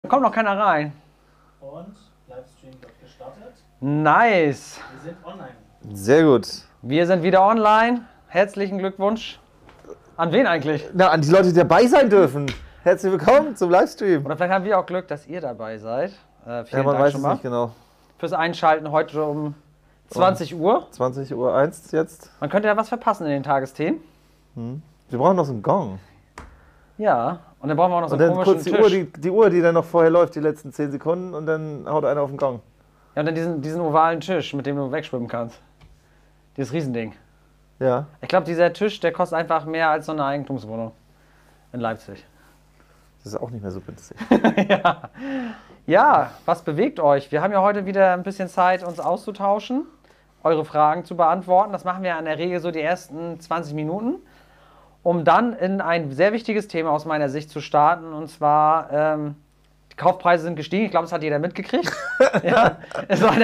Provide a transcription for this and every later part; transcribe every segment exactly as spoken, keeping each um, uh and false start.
Kommt noch keiner rein. Und Livestream wird gestartet. Nice. Wir sind online. Sehr gut. Wir sind wieder online. Herzlichen Glückwunsch. An wen eigentlich? Na, an die Leute, die dabei sein dürfen. Herzlich willkommen zum Livestream. Oder vielleicht haben wir auch Glück, dass ihr dabei seid. Äh, vielen Ja, man Dank weiß schon es mal nicht genau. fürs Einschalten heute um zwanzig Uhr. zwanzig Uhr eins jetzt. Man könnte ja was verpassen in den Tagesthemen. Hm. Wir brauchen noch so einen Gong. Ja, und dann brauchen wir auch noch so Und einen dann komischen kurz die Tisch. Uhr, die, die Uhr, die dann noch vorher läuft, die letzten zehn Sekunden, und dann haut einer auf den Gong. Ja, und dann diesen, diesen ovalen Tisch, mit dem du wegschwimmen kannst. Dieses Riesending. Ja. Ich glaube, dieser Tisch, der kostet einfach mehr als so eine Eigentumswohnung in Leipzig. Das ist auch nicht mehr so günstig. ja. ja, was bewegt euch? Wir haben ja heute wieder ein bisschen Zeit, uns auszutauschen, eure Fragen zu beantworten. Das machen wir in der Regel so die ersten zwanzig Minuten, um dann in ein sehr wichtiges Thema aus meiner Sicht zu starten. Und zwar, ähm, die Kaufpreise sind gestiegen. Ich glaube, das hat jeder mitgekriegt. ja. Es war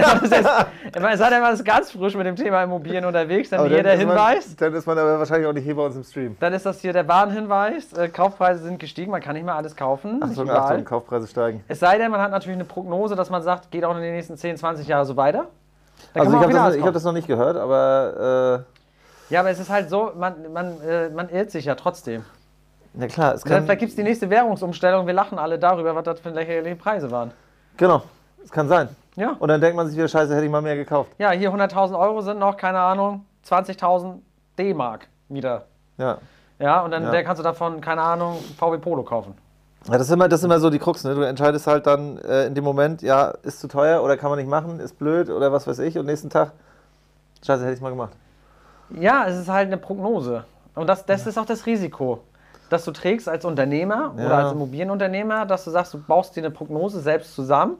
immer das ganz frisch mit dem Thema Immobilien unterwegs. Dann Aber hier der ist man, Hinweis. Dann ist man aber wahrscheinlich auch nicht hier bei uns im Stream. Dann ist das hier der Warnhinweis. Äh, Kaufpreise sind gestiegen. Man kann nicht mehr alles kaufen. Achtung, nicht überall. Achtung, Kaufpreise steigen. Es sei denn, man hat natürlich eine Prognose, dass man sagt, geht auch in den nächsten zehn, zwanzig Jahren so weiter. Da Also kann man ich auch habe wieder das, alles ich hab kaufen. das noch nicht gehört, aber äh, Ja, aber es ist halt so, man, man, äh, man irrt sich ja trotzdem. na klar, es Und dann kann, vielleicht gibt es die nächste Währungsumstellung, wir lachen alle darüber, was das für lächerliche Preise waren. genau, es kann sein. Ja, Und dann denkt man sich wieder, scheiße, hätte ich mal mehr gekauft. ja hier hunderttausend Euro sind noch, keine Ahnung, zwanzigtausend D-Mark wieder. Ja. Ja, und dann Ja. der kannst du davon, keine Ahnung, V W Polo kaufen. Ja, das ist immer, das ist immer so die Krux, ne? Du entscheidest halt dann äh, in dem Moment, ja, ist zu teuer oder kann man nicht machen, ist blöd oder was weiß ich, und nächsten Tag, scheiße, hätte ich mal gemacht. Ja, es ist halt eine Prognose. Und das, das ist auch das Risiko, das du trägst als Unternehmer Ja. oder als Immobilienunternehmer, dass du sagst, du baust dir eine Prognose selbst zusammen,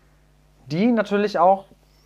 die natürlich auch,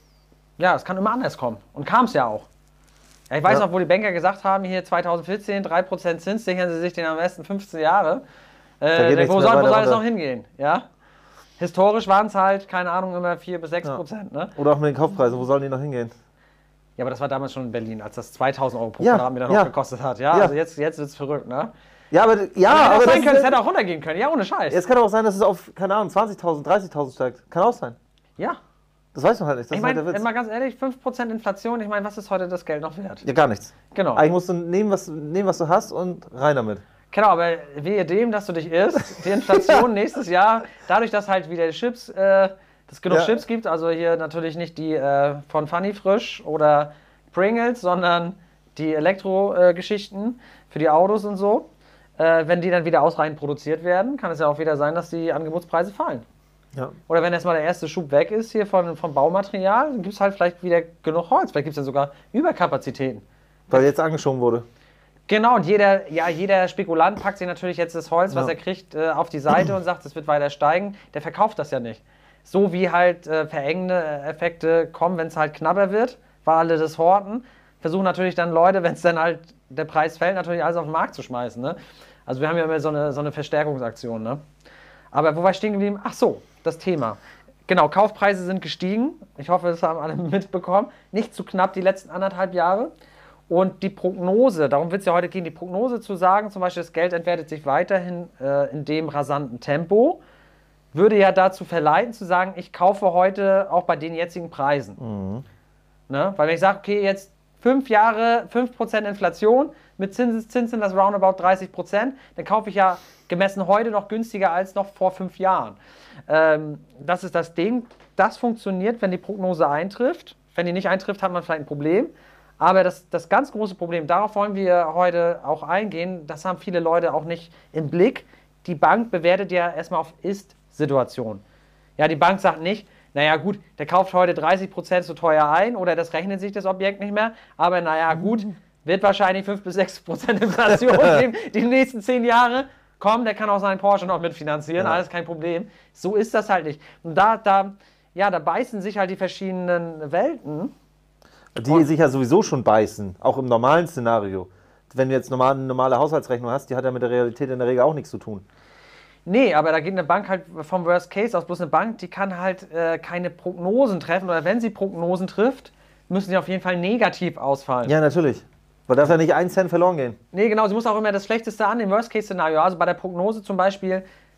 ja, es kann immer anders kommen. Und kam es ja auch. Ja, ich weiß Ja. noch, wo die Banker gesagt haben, hier zweitausendvierzehn, drei Prozent Zins, sichern sie sich den am besten fünfzehn Jahre. Da Äh, geht nichts wo mehr soll, wo weiter soll es runter. noch hingehen? Ja? Historisch waren es halt, keine Ahnung, immer vier bis sechs Ja. Prozent. Ne? Oder auch mit den Kaufpreisen, wo sollen die noch hingehen? Ja, aber das war damals schon in Berlin, als das zweitausend Euro pro Ja, Quadratmeter noch ja. gekostet hat. Ja, Ja. also jetzt, jetzt wird es verrückt, ne? Ja, aber, ja, Aber aber hätte auch sein das, können, es hätte ist, auch runtergehen können. Ja, ohne Scheiß. es kann auch sein, dass es auf, keine Ahnung, zwanzigtausend, dreißigtausend steigt. Kann auch sein. Ja. Das weiß man halt nicht, das Ich ist halt meine, der Witz. mal ganz ehrlich, fünf Prozent Inflation, ich meine, was ist heute das Geld noch wert? Ja, gar nichts. Genau. Eigentlich musst du nehmen, was, nehmen, was du hast, und rein damit. Genau, aber wehe dem, dass du dich irrst, die Inflation nächstes Jahr, dadurch, dass halt wieder Chips, äh, dass genug Ja. Chips gibt, also hier natürlich nicht die äh, von Funny Frisch oder Pringles, sondern die Elektro-Geschichten für die Autos und so, äh, wenn die dann wieder ausreichend produziert werden, kann es ja auch wieder sein, dass die Angebotspreise fallen. Ja. Oder wenn erstmal der erste Schub weg ist hier von, vom Baumaterial, dann gibt es halt vielleicht wieder genug Holz. Vielleicht gibt es dann sogar Überkapazitäten. Weil jetzt angeschoben wurde. Genau, und jeder, ja, jeder Spekulant packt sich natürlich jetzt das Holz, was Ja. er kriegt, äh, auf die Seite und sagt, es wird weiter steigen. Der verkauft das ja nicht. So wie halt äh, verengende äh, Effekte kommen, wenn es halt knapper wird, weil alle das horten, versuchen natürlich dann Leute, wenn es dann halt der Preis fällt, natürlich alles auf den Markt zu schmeißen. Ne? Also wir haben ja immer so eine, so eine Verstärkungsaktion. Ne? Aber wo war ich stehen geblieben? Ach so, das Thema. Genau, Kaufpreise sind gestiegen. Ich hoffe, das haben alle mitbekommen. Nicht zu knapp die letzten anderthalb Jahre. Und die Prognose, darum wird es ja heute gehen, die Prognose zu sagen, zum Beispiel das Geld entwertet sich weiterhin äh, in dem rasanten Tempo, würde ja dazu verleiten zu sagen, ich kaufe heute auch bei den jetzigen Preisen. Mhm. Ne? Weil wenn ich sage, okay, jetzt fünf Jahre, fünf Prozent Inflation, mit Zinseszins sind das roundabout dreißig Prozent, dann kaufe ich ja gemessen heute noch günstiger als noch vor fünf Jahren. Ähm, das ist das Ding. Das funktioniert, wenn die Prognose eintrifft. Wenn die nicht eintrifft, hat man vielleicht ein Problem. Aber das, das ganz große Problem, darauf wollen wir heute auch eingehen, das haben viele Leute auch nicht im Blick. Die Bank bewertet ja erstmal auf Ist-Situation. Ja, die Bank sagt nicht, naja gut, der kauft heute dreißig Prozent zu teuer ein oder das rechnet sich das Objekt nicht mehr, aber naja gut, wird wahrscheinlich fünf bis sechs Prozent Inflation geben die nächsten zehn Jahre. Komm, der kann auch seinen Porsche noch mitfinanzieren, Ja. alles kein Problem. So ist das halt nicht. Und da, da, ja, da beißen sich halt die verschiedenen Welten. Die Und- sich ja sowieso schon beißen, auch im normalen Szenario. Wenn du jetzt normal, eine normale Haushaltsrechnung hast, die hat ja mit der Realität in der Regel auch nichts zu tun. Nee, aber da geht eine Bank halt vom Worst Case aus. Bloß eine Bank, die kann halt äh, keine Prognosen treffen. Oder wenn sie Prognosen trifft, müssen sie auf jeden Fall negativ ausfallen. Ja, natürlich. Weil darf ja nicht ein Cent verloren gehen. Nee, genau, sie muss auch immer das Schlechteste annehmen, Worst-Case-Szenario. Also bei der Prognose zum Beispiel,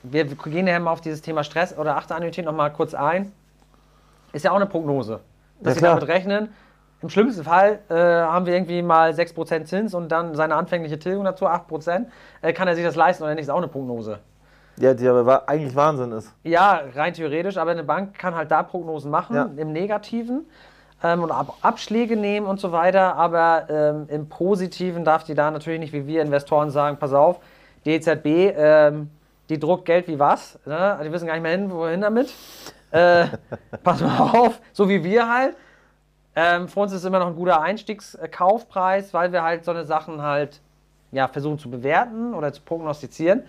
wir gehen ja mal auf dieses Thema Stress oder Achterannuität noch mal kurz ein. Ist ja auch eine Prognose, dass Ja, sie klar. damit rechnen. Im schlimmsten Fall äh, haben wir irgendwie mal sechs Prozent Zins und dann seine anfängliche Tilgung dazu acht Prozent. Äh, kann er sich das leisten oder nicht, ist auch eine Prognose. Ja, die aber wa- eigentlich Wahnsinn ist. Ja, rein theoretisch, aber eine Bank kann halt da Prognosen machen, Ja. im Negativen ähm, und Ab Abschläge nehmen und so weiter, aber ähm, im Positiven darf die da natürlich nicht wie wir Investoren sagen, pass auf, die E Z B, ähm, die druckt Geld wie was, ne? Die wissen gar nicht mehr hin, wohin damit. Äh, pass mal auf, so wie wir halt. Ähm, für uns ist es immer noch ein guter Einstiegskaufpreis, weil wir halt so eine Sachen halt ja, versuchen zu bewerten oder zu prognostizieren.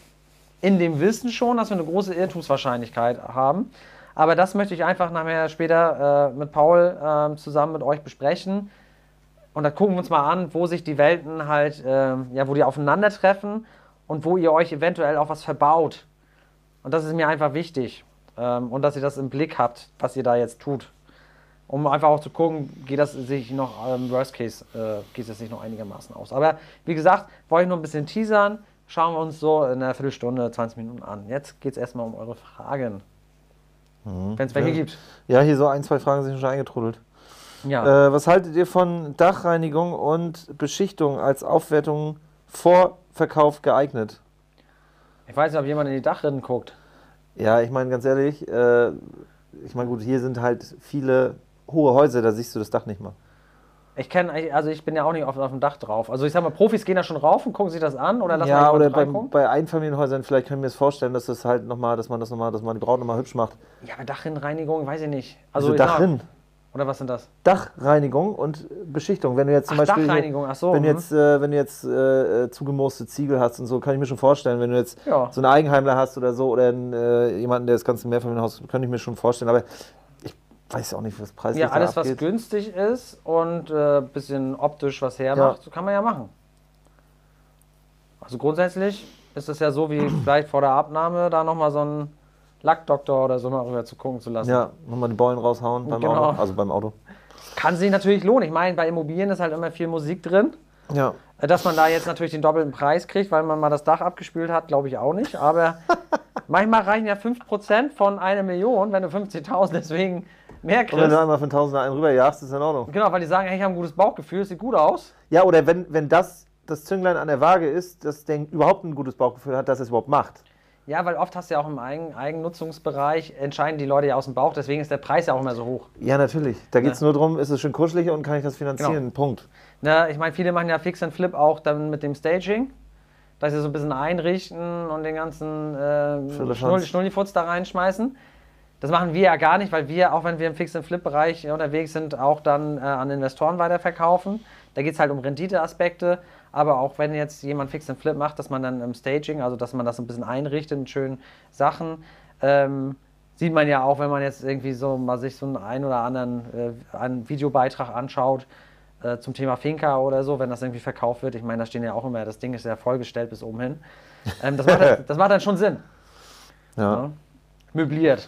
In dem Wissen schon, dass wir eine große Irrtumswahrscheinlichkeit haben. Aber das möchte ich einfach nachher später äh, mit Paul äh, zusammen mit euch besprechen. Und da gucken wir uns mal an, wo sich die Welten halt, äh, ja, wo die aufeinandertreffen und wo ihr euch eventuell auch was verbaut. Und das ist mir einfach wichtig. Ähm, und dass ihr das im Blick habt, was ihr da jetzt tut. Um einfach auch zu gucken, geht das sich noch, im ähm, Worst Case, äh, geht es sich noch einigermaßen aus. Aber wie gesagt, wollte ich nur ein bisschen teasern. Schauen wir uns so in einer Viertelstunde, zwanzig Minuten an. Jetzt geht es erstmal um eure Fragen. Mhm. Wenn es welche Ja. gibt. Ja, hier so ein, zwei Fragen sind schon eingetrudelt. Ja. Äh, was haltet ihr von Dachreinigung und Beschichtung als Aufwertung vor Verkauf geeignet? Ich weiß nicht, ob jemand in die Dachrinnen guckt. Ja, ich meine ganz ehrlich, äh, ich meine gut, hier sind halt viele hohe Häuser, da siehst du das Dach nicht mal. Ich kenne, also ich bin ja auch nicht oft auf dem Dach drauf. Also ich sag mal, Profis gehen da schon rauf und gucken sich das an oder lassen Ja, mal oder jemanden beim, reingucken. bei Einfamilienhäusern, vielleicht können wir es vorstellen, dass das halt noch mal, dass man das nochmal, dass man die Braut nochmal hübsch macht. Ja, bei Dachrinnenreinigung, weiß ich nicht. Also, ich sag mal- Dachrinnen. Oder was sind das? Dachreinigung und Beschichtung. Wenn du jetzt zum Ach, Beispiel, Dachreinigung, ach so. wenn du mhm. jetzt, äh, wenn du jetzt äh, zugemooste Ziegel hast und so, kann ich mir schon vorstellen, wenn du jetzt Ja. so einen Eigenheimler hast oder so oder einen, äh, jemanden, der das ganze Mehrfamilienhaus, könnte ich mir schon vorstellen. Aber ich weiß auch nicht, was preislich Ja, da alles, was abgeht. günstig ist und ein äh, bisschen optisch was hermacht, so kann man ja machen. Also grundsätzlich ist es ja so, wie vielleicht vor der Abnahme da nochmal so einen Lackdoktor oder so mal rüber zu gucken zu lassen. Ja, nochmal die Beulen raushauen beim Genau. Auto, also beim Auto. Kann sich natürlich lohnen. Ich meine, bei Immobilien ist halt immer viel Musik drin. Ja. Dass man da jetzt natürlich den doppelten Preis kriegt, weil man mal das Dach abgespült hat, glaube ich auch nicht. Aber manchmal reichen ja fünf Prozent von einer Million, wenn du fünfzigtausend deswegen mehr Und wenn du kriegst. einmal für einen Tausender einen rüberjagst, ist in Ordnung. Genau, weil die sagen, hey, ich habe ein gutes Bauchgefühl, es sieht gut aus. Ja, oder wenn, wenn das das Zünglein an der Waage ist, dass der überhaupt ein gutes Bauchgefühl hat, dass er es überhaupt macht. Ja, weil oft hast du ja auch im Eigen Eigennutzungsbereich, entscheiden die Leute ja aus dem Bauch, deswegen ist der Preis ja auch immer so hoch. Ja, natürlich. Da geht es nur darum, ist es schön kuschelig und kann ich das finanzieren? Genau. Punkt. Ne, ich meine, viele machen ja Fix and Flip auch dann mit dem Staging, dass sie so ein bisschen einrichten und den ganzen äh, Firlefanz. Schnull, Schnullifutz da reinschmeißen. Das machen wir ja gar nicht, weil wir, auch wenn wir im Fix and Flip Bereich unterwegs sind, auch dann äh, an Investoren weiterverkaufen. Da geht es halt um Renditeaspekte, aber auch wenn jetzt jemand Fix and Flip macht, dass man dann im Staging, also dass man das ein bisschen einrichtet mit schönen Sachen, ähm, sieht man ja auch, wenn man jetzt irgendwie so mal sich so einen ein oder anderen äh, einen Videobeitrag anschaut äh, zum Thema Finca oder so, wenn das irgendwie verkauft wird. Ich meine, da stehen ja auch immer, das Ding ist ja vollgestellt bis oben hin. Ähm, das, macht, dann- das macht dann schon Sinn. Ja. Ne? Möbliert.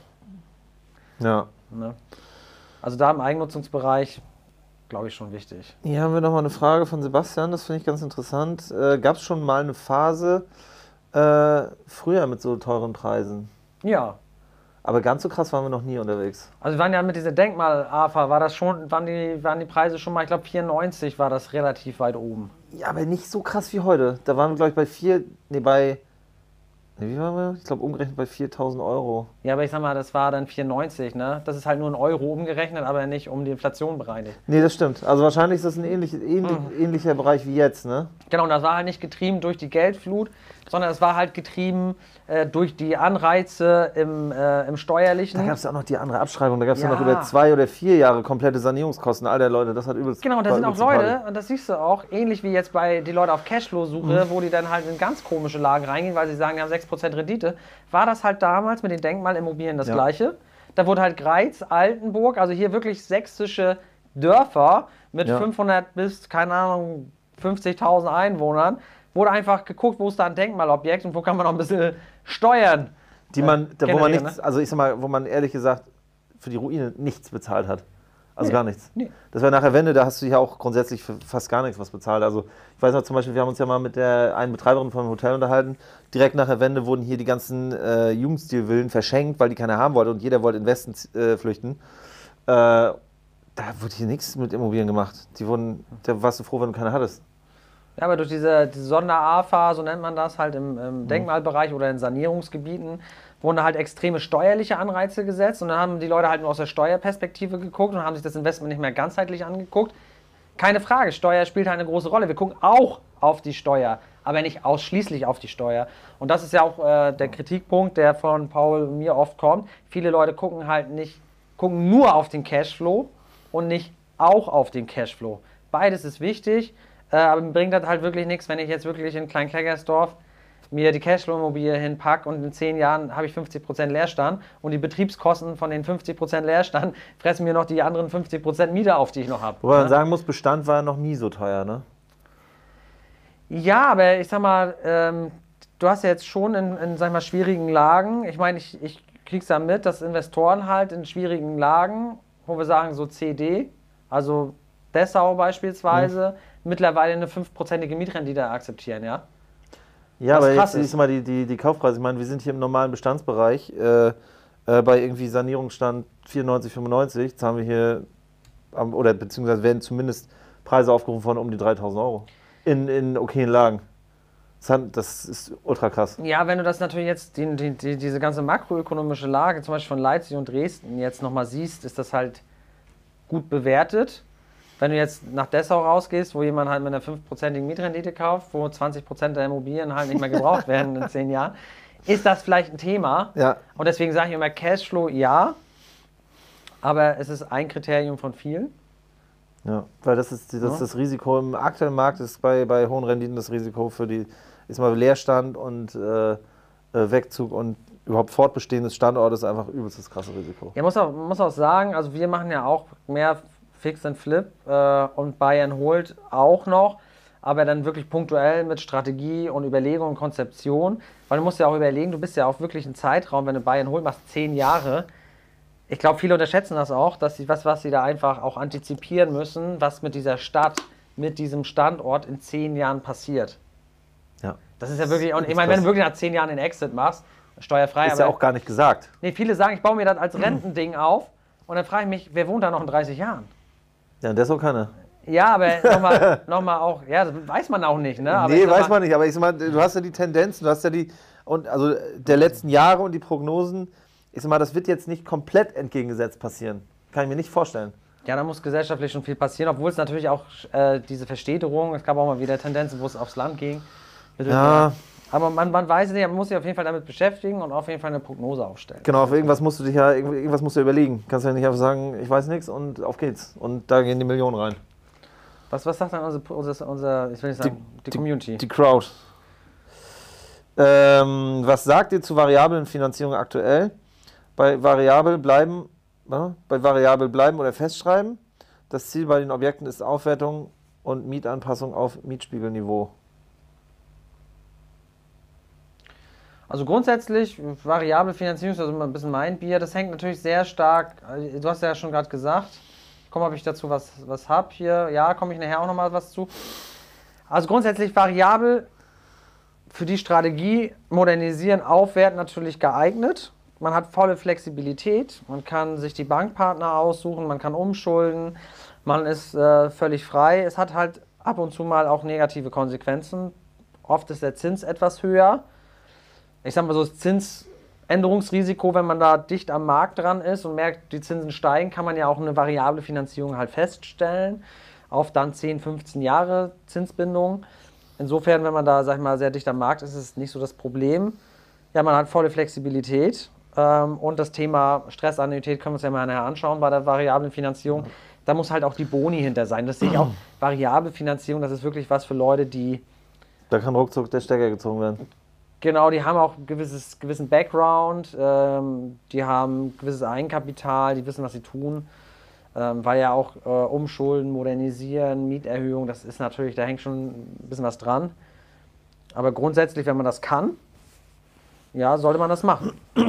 Ja. Ne? Also da im Eigennutzungsbereich, glaube ich, schon wichtig. Hier haben wir nochmal eine Frage von Sebastian, das finde ich ganz interessant. Äh, Gab es schon mal eine Phase äh, früher mit so teuren Preisen? Ja. Aber ganz so krass waren wir noch nie unterwegs. Also wir waren ja mit dieser Denkmal-A F A, war das schon, waren die, waren die Preise schon mal, ich glaube vierundneunzig war das relativ weit oben. Ja, aber nicht so krass wie heute. Da waren wir, glaube ich, bei vier, nee, bei, nee, wie waren wir? Ich glaube, umgerechnet bei viertausend Euro. Ja, aber ich sag mal, das war dann vierundneunzig, ne? Das ist halt nur ein Euro umgerechnet, aber nicht um die Inflation bereinigt. Nee, das stimmt. Also wahrscheinlich ist das ein ähnlich, ähnlich, ähnlicher Bereich wie jetzt, ne? Genau, und das war halt nicht getrieben durch die Geldflut, sondern es war halt getrieben äh, durch die Anreize im, äh, im Steuerlichen. Da gab es ja auch noch die andere Abschreibung. Da gab es ja. Ja. noch über zwei oder vier Jahre komplette Sanierungskosten. Alter, Leute, das hat übelst... Genau, da war sind auch übelst die Party. Leute, und das siehst du auch, ähnlich wie jetzt bei die Leute auf Cashflow-Suche, wo die dann halt in ganz komische Lagen reingehen, weil sie sagen, die haben sechs Prozent Rendite, war das halt damals mit den Denkmalimmobilien das Ja. Gleiche. Da wurde halt Greiz, Altenburg, also hier wirklich sächsische Dörfer mit Ja. fünfhundert bis, keine Ahnung, fünfzigtausend Einwohnern, wurde einfach geguckt, wo ist da ein Denkmalobjekt und wo kann man noch ein bisschen steuern. Die man, da, wo man generieren, nichts, also ich sag mal, wo man ehrlich gesagt für die Ruine nichts bezahlt hat. Also Nee, gar nichts. nee. Das war nachher Wende, da hast du ja auch grundsätzlich für fast gar nichts was bezahlt. Also ich weiß noch zum Beispiel, wir haben uns ja mal mit der einen Betreiberin von einem Hotel unterhalten. Direkt nach der Wende wurden hier die ganzen äh, Jugendstilvillen verschenkt, weil die keiner haben wollte und jeder wollte in den Westen äh, flüchten. Äh, da wurde hier nichts mit Immobilien gemacht. Die wurden, da warst du froh, wenn du keine hattest. Ja, aber durch diese, diese Sonder-A F A, so nennt man das, halt im, im Denkmalbereich oder in Sanierungsgebieten, wurden halt extreme steuerliche Anreize gesetzt und dann haben die Leute halt nur aus der Steuerperspektive geguckt und haben sich das Investment nicht mehr ganzheitlich angeguckt. Keine Frage, Steuer spielt halt eine große Rolle. Wir gucken auch auf die Steuer, aber nicht ausschließlich auf die Steuer. Und das ist ja auch äh, der Kritikpunkt, der von Paul und mir oft kommt. Viele Leute gucken halt nicht, gucken nur auf den Cashflow und nicht auch auf den Cashflow. Beides ist wichtig. Äh, aber mir bringt das halt wirklich nichts, wenn ich jetzt wirklich in Klein-Kleckersdorf mir die Cashflow-Immobilie hinpacke und in zehn Jahren habe ich fünfzig Prozent Leerstand und die Betriebskosten von den fünfzig Prozent Leerstand fressen mir noch die anderen fünfzig Prozent Miete auf, die ich noch habe. Wobei man Ne? sagen muss, Bestand war noch nie so teuer, ne? Ja, aber ich sag mal, ähm, du hast ja jetzt schon in, in sag ich mal, schwierigen Lagen, ich meine, ich, ich krieg's ja mit, dass Investoren halt in schwierigen Lagen, wo wir sagen so C D, also Dessau beispielsweise, mhm. mittlerweile eine fünfprozentige Mietrendite akzeptieren, ja? Ja, Was aber krass jetzt ist. ist mal die, die, die Kaufpreise. Ich meine, wir sind hier im normalen Bestandsbereich. Äh, äh, bei irgendwie Sanierungsstand vierundneunzig, fünfundneunzig zahlen wir hier, am, oder beziehungsweise werden zumindest Preise aufgerufen von um die dreitausend Euro. In, in okayen Lagen. Das, hat, das ist ultra krass. Ja, wenn du das natürlich jetzt, die, die, die, diese ganze makroökonomische Lage, zum Beispiel von Leipzig und Dresden, jetzt nochmal siehst, ist das halt gut bewertet. Wenn du jetzt nach Dessau rausgehst, wo jemand halt mit einer fünfprozentigen Mietrendite kauft, wo zwanzig Prozent der Immobilien halt nicht mehr gebraucht werden in zehn Jahren, ist das vielleicht ein Thema. Ja. Und deswegen sage ich immer, Cashflow ja, aber es ist ein Kriterium von vielen. Ja, weil das ist, das, ist das Risiko im aktuellen Markt, ist bei, bei hohen Renditen das Risiko für die, ist mal Leerstand und äh, Wegzug und überhaupt Fortbestehen des Standortes einfach übelst das krasse Risiko. Ja, muss auch, muss auch sagen, also wir machen ja auch mehr Fix and Flip äh, und Buy and Hold auch noch, aber dann wirklich punktuell mit Strategie und Überlegung und Konzeption, weil du musst ja auch überlegen, du bist ja auch wirklich ein Zeitraum, wenn du Buy and Hold machst, zehn Jahre. Ich glaube, viele unterschätzen das auch, dass sie was, was sie da einfach auch antizipieren müssen, was mit dieser Stadt, mit diesem Standort in zehn Jahren passiert. Ja. Das ist ja wirklich, und ich meine, wenn du wirklich nach zehn Jahren den Exit machst, steuerfrei, Ist aber ja auch gar nicht gesagt. nee, viele sagen, ich baue mir das als Rentending auf und dann frage ich mich, wer wohnt da noch in dreißig Jahren? Ja, und das auch keiner. Ja, aber nochmal noch mal auch, ja, das weiß man auch nicht, ne? Aber Nee, ich sag weiß mal, man nicht, aber ich sag mal, du hast ja die Tendenzen, du hast ja die, und also der letzten Jahre und die Prognosen, ich sag mal, das wird jetzt nicht komplett entgegengesetzt passieren. Kann ich mir nicht vorstellen. Ja, da muss gesellschaftlich schon viel passieren, obwohl es natürlich auch äh, diese Verstädterung, es gab auch mal wieder Tendenzen, wo es aufs Land ging. Ja. Aber man, man weiß es nicht, man muss sich auf jeden Fall damit beschäftigen und auf jeden Fall eine Prognose aufstellen. Genau, auf irgendwas musst du dich ja, irgendwas musst du überlegen. Kannst ja nicht einfach sagen, ich weiß nichts und auf geht's. Und da gehen die Millionen rein. Was, was sagt dann unser, unser, unser ich will nicht sagen, die, die Community? Die Crowd. Ähm, was sagt ihr zu variablen Finanzierung aktuell? Bei variabel bleiben, äh, bei variabel bleiben oder festschreiben. Das Ziel bei den Objekten ist Aufwertung und Mietanpassung auf Mietspiegelniveau. Also grundsätzlich, variable Finanzierung ist also immer ein bisschen mein Bier. Das hängt natürlich sehr stark, du hast ja schon gerade gesagt, komm, ob ich dazu was, was habe hier. Ja, komme ich nachher auch nochmal was zu. Also grundsätzlich variabel für die Strategie modernisieren, aufwerten natürlich geeignet. Man hat volle Flexibilität, man kann sich die Bankpartner aussuchen, man kann umschulden, man ist äh, völlig frei. Es hat halt ab und zu mal auch negative Konsequenzen. Oft ist der Zins etwas höher. Ich sag mal so, das Zinsänderungsrisiko, wenn man da dicht am Markt dran ist und merkt, die Zinsen steigen, kann man ja auch eine variable Finanzierung halt feststellen, auf dann zehn, fünfzehn Jahre Zinsbindung. Insofern, wenn man da, sag ich mal, sehr dicht am Markt ist, ist es nicht so das Problem. Ja, man hat volle Flexibilität ähm, und das Thema Stressannuität können wir uns ja mal nachher anschauen bei der variablen Finanzierung. Da muss halt auch die Boni hinter sein. Das sehe ich auch, variable Finanzierung, das ist wirklich was für Leute, die... Da kann ruckzuck der Stecker gezogen werden. Genau, die haben auch ein gewisses, gewissen Background, ähm, die haben ein gewisses Eigenkapital, die wissen, was sie tun, ähm, weil ja auch äh, Umschulden, Modernisieren, Mieterhöhung, das ist natürlich, da hängt schon ein bisschen was dran. Aber grundsätzlich, wenn man das kann, ja, sollte man das machen.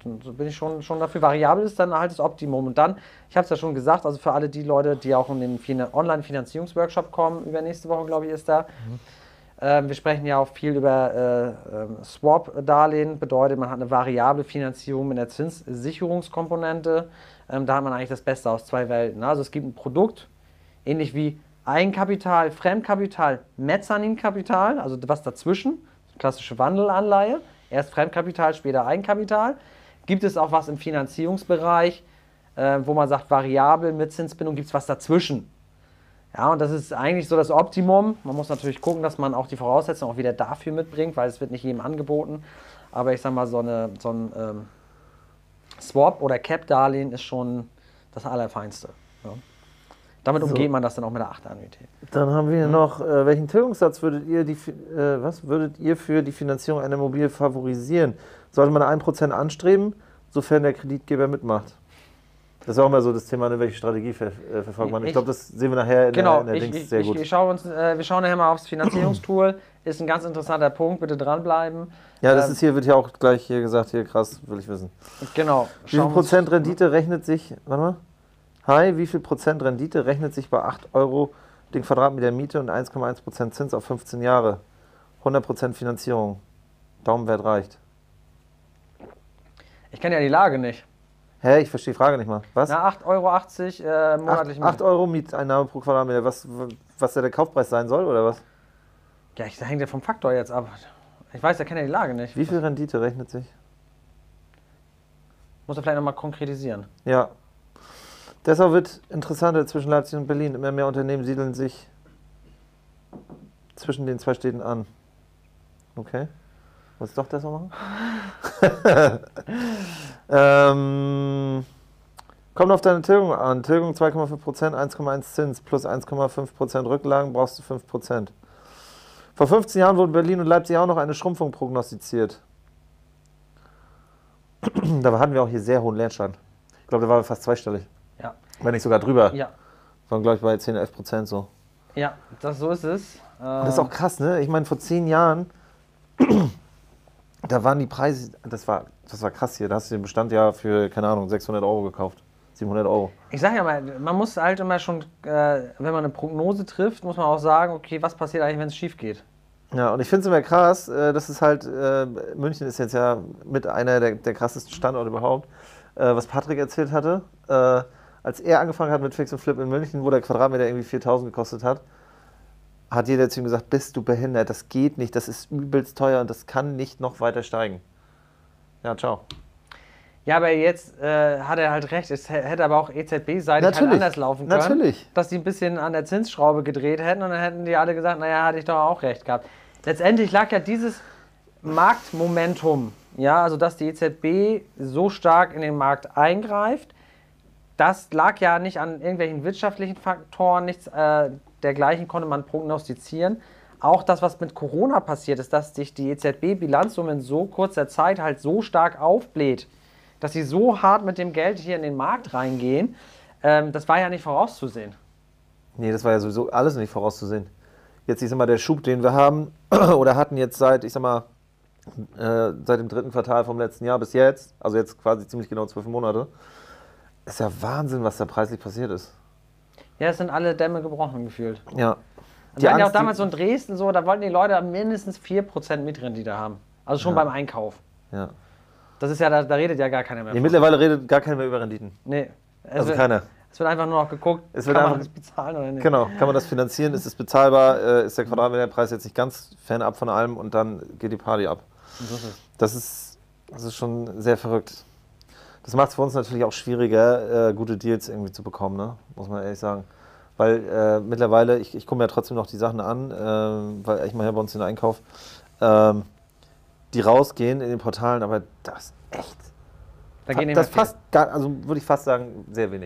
dann bin ich schon, schon dafür. Variabel ist dann halt das Optimum. Und dann, ich habe es ja schon gesagt, also für alle die Leute, die auch in den Fin- Online-Finanzierungsworkshop kommen, übernächste Woche, glaube ich, ist da. Mhm. Ähm, wir sprechen ja auch viel über äh, äh, Swap-Darlehen. Bedeutet, man hat eine variable Finanzierung mit einer Zinssicherungskomponente. Ähm, da hat man eigentlich das Beste aus zwei Welten. Ne? Also es gibt ein Produkt, ähnlich wie Eigenkapital, Fremdkapital, Mezzaninkapital, also was dazwischen, klassische Wandelanleihe, erst Fremdkapital, später Eigenkapital. Gibt es auch was im Finanzierungsbereich, äh, wo man sagt, variabel mit Zinsbindung, gibt es was dazwischen. Ja, und das ist eigentlich so das Optimum. Man muss natürlich gucken, dass man auch die Voraussetzungen auch wieder dafür mitbringt, weil es wird nicht jedem angeboten. Aber ich sag mal, so, eine, so ein ähm, Swap- oder Cap-Darlehen ist schon das Allerfeinste. Ja. Damit So. umgeht man das dann auch mit der acht-Annuität. Dann haben wir noch, äh, welchen Tilgungssatz würdet ihr, die, äh, was würdet ihr für die Finanzierung einer Immobilie favorisieren? Sollte man ein Prozent anstreben, sofern der Kreditgeber mitmacht? Das ist auch immer so das Thema, ne, welche Strategie ver, äh, verfolgt man. Ich, ich glaube, das sehen wir nachher in genau, der, in der ich, Dings ich, sehr ich, gut. Ich schaue uns, äh, wir schauen nachher mal aufs Finanzierungstool. Ist ein ganz interessanter Punkt, bitte dranbleiben. Ja, das ähm, ist hier, wird ja auch gleich hier gesagt, hier krass, will ich wissen. Genau. Wie viel Prozent Rendite rechnet sich, warte mal, hi, wie viel Prozent Rendite rechnet sich bei acht Euro den Quadratmeter Miete und eins Komma eins Prozent Zins auf fünfzehn Jahre? hundert Prozent Finanzierung. Daumenwert reicht. Ich kenne ja die Lage nicht. Hä, ich verstehe die Frage nicht mal. Was? Na, acht Euro achtzig äh, monatlich. acht Euro Mieteinnahme pro Quadratmeter. Was, was da der Kaufpreis sein soll, oder was? Ja, ich, da hängt ja vom Faktor jetzt ab. Ich weiß, ich kenne ja die Lage nicht. Wie viel Rendite rechnet sich? Muss er vielleicht nochmal konkretisieren. Ja. Deshalb wird interessanter zwischen Leipzig und Berlin. Immer mehr Unternehmen siedeln sich zwischen den zwei Städten an. Okay. Wolltest du doch das noch machen? ähm, kommt auf deine Tilgung an. Tilgung zwei Komma fünf Prozent, eins Komma eins Zins plus eins Komma fünf Prozent Rücklagen brauchst du fünf Prozent. Vor fünfzehn Jahren wurden Berlin und Leipzig auch noch eine Schrumpfung prognostiziert. Da hatten wir auch hier sehr hohen Leerstand. Ich glaube, da waren wir fast zweistellig. Ja. Wenn nicht sogar drüber. Ja. Waren, glaube ich, bei zehn, elf Prozent so. Ja, das, so ist es. Das ist auch krass, ne? Ich meine, vor zehn Jahren, da waren die Preise, das war, das war krass hier. Da hast du den Bestand ja für, keine Ahnung, sechshundert Euro gekauft. siebenhundert Euro. Ich sage ja mal, man muss halt immer schon, äh, wenn man eine Prognose trifft, muss man auch sagen, okay, was passiert eigentlich, wenn es schief geht? Ja, und ich finde es immer krass, äh, das ist halt, äh, München ist jetzt ja mit einer der, der krassesten Standorte überhaupt, äh, was Patrick erzählt hatte. Äh, als er angefangen hat mit Fix und Flip in München, wo der Quadratmeter irgendwie viertausend gekostet hat, hat jeder zu ihm gesagt, bist du behindert, das geht nicht, das ist übelst teuer und das kann nicht noch weiter steigen. Ja, ciao. Ja, aber jetzt äh, hat er halt recht, es hätte aber auch E Z B-seitig halt anders laufen können. Natürlich. Dass die ein bisschen an der Zinsschraube gedreht hätten und dann hätten die alle gesagt, naja, hatte ich doch auch recht gehabt. Letztendlich lag ja dieses Marktmomentum, ja, also dass die E Z B so stark in den Markt eingreift, das lag ja nicht an irgendwelchen wirtschaftlichen Faktoren, nichts äh, dergleichen konnte man prognostizieren. Auch das, was mit Corona passiert ist, dass sich die E Z B-Bilanzsumme in so kurzer Zeit halt so stark aufbläht, dass sie so hart mit dem Geld hier in den Markt reingehen, ähm, das war ja nicht vorauszusehen. Nee, das war ja sowieso alles nicht vorauszusehen. Jetzt, ich sag mal, der Schub, den wir haben oder hatten jetzt seit, ich sag mal, äh, seit dem dritten Quartal vom letzten Jahr bis jetzt, also jetzt quasi ziemlich genau zwölf Monate, ist ja Wahnsinn, was da preislich passiert ist. Ja, es sind alle Dämme gebrochen gefühlt. Ja. Wir hatten ja auch damals so in Dresden so, da wollten die Leute mindestens vier Prozent Mitrendite haben. Also schon Ja. beim Einkauf. Ja. Das ist ja, da, da redet ja gar keiner mehr Nee, von. mittlerweile redet gar keiner mehr über Renditen. Nee. Es Also wird, keiner. Es wird einfach nur noch geguckt, Es wird kann man einfach- das bezahlen oder nicht. Genau, kann man das finanzieren, ist es bezahlbar, äh, ist der Quadratmeterpreis jetzt nicht ganz fernab von allem und dann geht die Party ab. Und so ist es. Das ist, das ist schon sehr verrückt. Das macht es für uns natürlich auch schwieriger, äh, gute Deals irgendwie zu bekommen, ne? Muss man ehrlich sagen. Weil äh, mittlerweile, ich, ich gucke mir ja trotzdem noch die Sachen an, äh, weil ich mache ja bei uns den Einkauf, ähm, die rausgehen in den Portalen, aber das ist echt, Da geht nicht das mehr viel. fast, gar, also würde ich fast sagen, sehr wenig.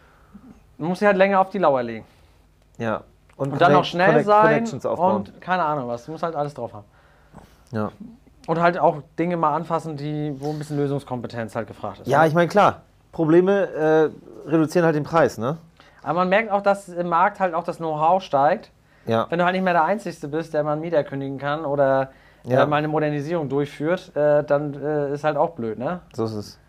Man muss sich halt länger auf die Lauer legen. Ja. Und dann noch Connect- schnell Connect- sein Connections aufbauen. und keine Ahnung was. Du musst halt alles drauf haben. Ja. Und halt auch Dinge mal anfassen, die, wo ein bisschen Lösungskompetenz halt gefragt ist. Ja, ne? ich meine, klar, Probleme äh, reduzieren halt den Preis, ne? Aber man merkt auch, dass im Markt halt auch das Know-how steigt. Ja. Wenn du halt nicht mehr der Einzige bist, der mal einen Mieter kündigen kann oder Ja. äh, mal eine Modernisierung durchführt, äh, dann äh, ist halt auch blöd, ne? So ist es.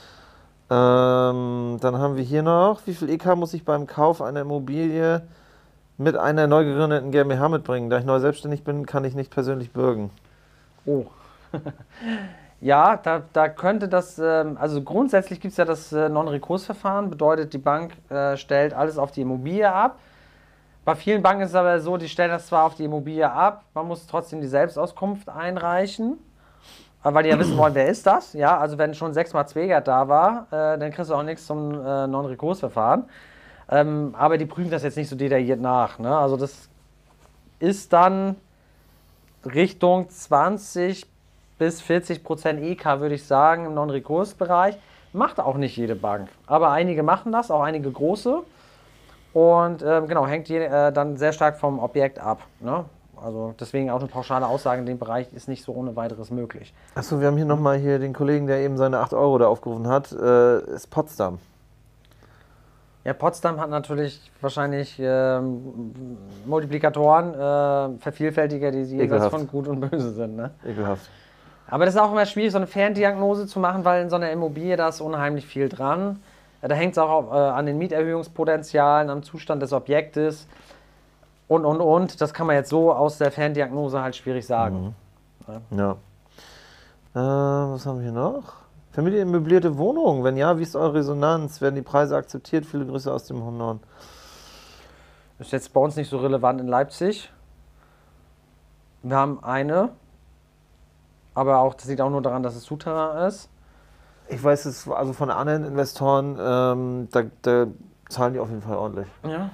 Ähm, dann haben wir hier noch, wie viel E K muss ich beim Kauf einer Immobilie mit einer neu gegründeten GmbH mitbringen? Da ich neu selbstständig bin, kann ich nicht persönlich bürgen. Oh. Ja, da, da könnte das, ähm, also grundsätzlich gibt es ja das äh, Non-Rekurs-Verfahren, bedeutet, die Bank äh, stellt alles auf die Immobilie ab. Bei vielen Banken ist es aber so, die stellen das zwar auf die Immobilie ab, man muss trotzdem die Selbstauskunft einreichen, äh, weil die ja wissen wollen, wer ist das. Ja, also wenn schon sechsmal Zwegert da war, äh, dann kriegst du auch nichts zum äh, Non-Rekurs-Verfahren. Ähm, aber die prüfen das jetzt nicht so detailliert nach. Ne? Also das ist dann Richtung zwanzig bis vierzig Prozent E K, würde ich sagen, im Non-Rekurs-Bereich. Macht auch nicht jede Bank. Aber einige machen das, auch einige große. Und ähm, genau, hängt je, äh, dann sehr stark vom Objekt ab. Ne? Also deswegen auch eine pauschale Aussage in dem Bereich ist nicht so ohne weiteres möglich. Achso, wir haben hier nochmal hier den Kollegen, der eben seine acht Euro da aufgerufen hat, äh, ist Potsdam. Ja, Potsdam hat natürlich wahrscheinlich ähm, Multiplikatoren, äh, Vervielfältiger, die jenseits Ekelhaft. von Gut und Böse sind. Ne? Ekelhaft. Aber das ist auch immer schwierig, so eine Ferndiagnose zu machen, weil in so einer Immobilie da ist unheimlich viel dran. Ja, da hängt es auch auf, äh, an den Mieterhöhungspotenzialen, am Zustand des Objektes und, und, und. Das kann man jetzt so aus der Ferndiagnose halt schwierig sagen. Mhm. Ja. Äh, was haben wir hier noch? Familienmöblierte Wohnungen? Wenn ja, wie ist eure Resonanz? Werden die Preise akzeptiert? Viele Grüße aus dem hohen Norden. Das ist jetzt bei uns nicht so relevant in Leipzig. Wir haben eine, aber auch, das liegt auch nur daran, dass es Souterrain ist. Ich weiß es, also von anderen Investoren, ähm, da, da zahlen die auf jeden Fall ordentlich. Ja.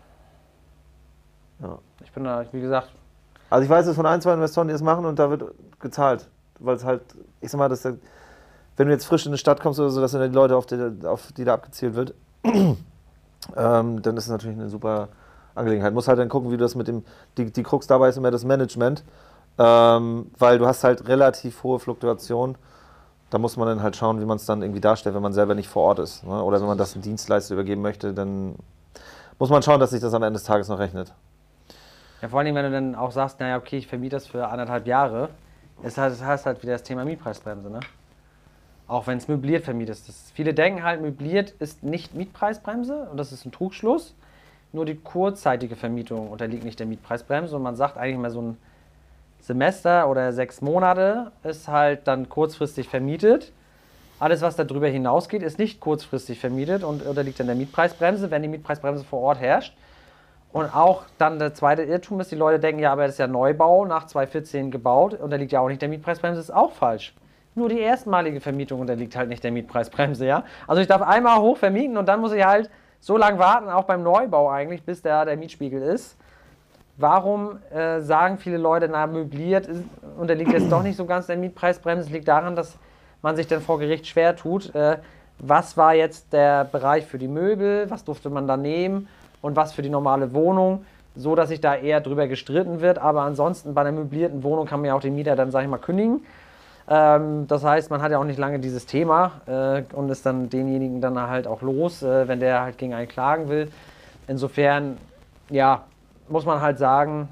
Ja. Ich bin da, wie gesagt, Also ich weiß es von ein, zwei Investoren, die das machen und da wird gezahlt. Weil es halt, ich sag mal, dass der, wenn du jetzt frisch in eine Stadt kommst oder so, dass dann die Leute, auf die, auf die da abgezielt wird, ähm, dann ist es natürlich eine super Angelegenheit. Muss halt dann gucken, wie du das mit dem, die, die Krux dabei ist immer das Management, ähm, weil du hast halt relativ hohe Fluktuation. Da muss man dann halt schauen, wie man es dann irgendwie darstellt, wenn man selber nicht vor Ort ist. Ne? Oder wenn man das einem Dienstleister übergeben möchte, dann muss man schauen, dass sich das am Ende des Tages noch rechnet. ja, vor allem, wenn du dann auch sagst, naja, okay, ich vermiete das für anderthalb Jahre, ist halt, das heißt halt wieder das Thema Mietpreisbremse, ne? Auch wenn es möbliert vermietet ist. Viele denken halt, möbliert ist nicht Mietpreisbremse und das ist ein Trugschluss. Nur die kurzzeitige Vermietung unterliegt nicht der Mietpreisbremse und man sagt eigentlich mal so ein Semester oder sechs Monate ist halt dann kurzfristig vermietet. Alles, was darüber hinausgeht, ist nicht kurzfristig vermietet und unterliegt dann der Mietpreisbremse, wenn die Mietpreisbremse vor Ort herrscht. Und auch dann der zweite Irrtum ist, die Leute denken, ja, aber das ist ja Neubau, nach zweitausendvierzehn gebaut, unterliegt ja auch nicht der Mietpreisbremse, ist auch falsch. Nur die erstmalige Vermietung unterliegt halt nicht der Mietpreisbremse, ja. Also ich darf einmal hoch vermieten und dann muss ich halt so lange warten, auch beim Neubau eigentlich, bis der, der Mietspiegel ist. Warum äh, sagen viele Leute, na, möbliert ist, unterliegt jetzt doch nicht so ganz der Mietpreisbremse? Es liegt daran, dass man sich dann vor Gericht schwer tut. Äh, was war jetzt der Bereich für die Möbel? Was durfte man da nehmen? Und was für die normale Wohnung? So, dass sich da eher drüber gestritten wird. Aber ansonsten bei einer möblierten Wohnung kann man ja auch den Mieter dann, sag ich mal, kündigen. Ähm, das heißt, man hat ja auch nicht lange dieses Thema äh, und ist dann denjenigen dann halt auch los, äh, wenn der halt gegen einen klagen will. Insofern, ja, muss man halt sagen,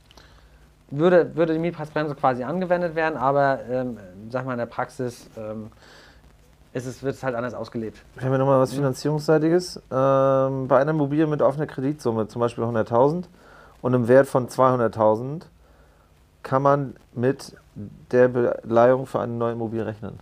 würde, würde die Mietpreisbremse quasi angewendet werden, aber ähm, sag mal in der Praxis ähm, ist es, wird es halt anders ausgelebt. Ich habe nochmal was Finanzierungsseitiges. Ähm, bei einer Immobilie mit offener Kreditsumme, zum Beispiel hunderttausend und einem Wert von zweihunderttausend, kann man mit der Beleihung für eine neue Immobilie rechnen?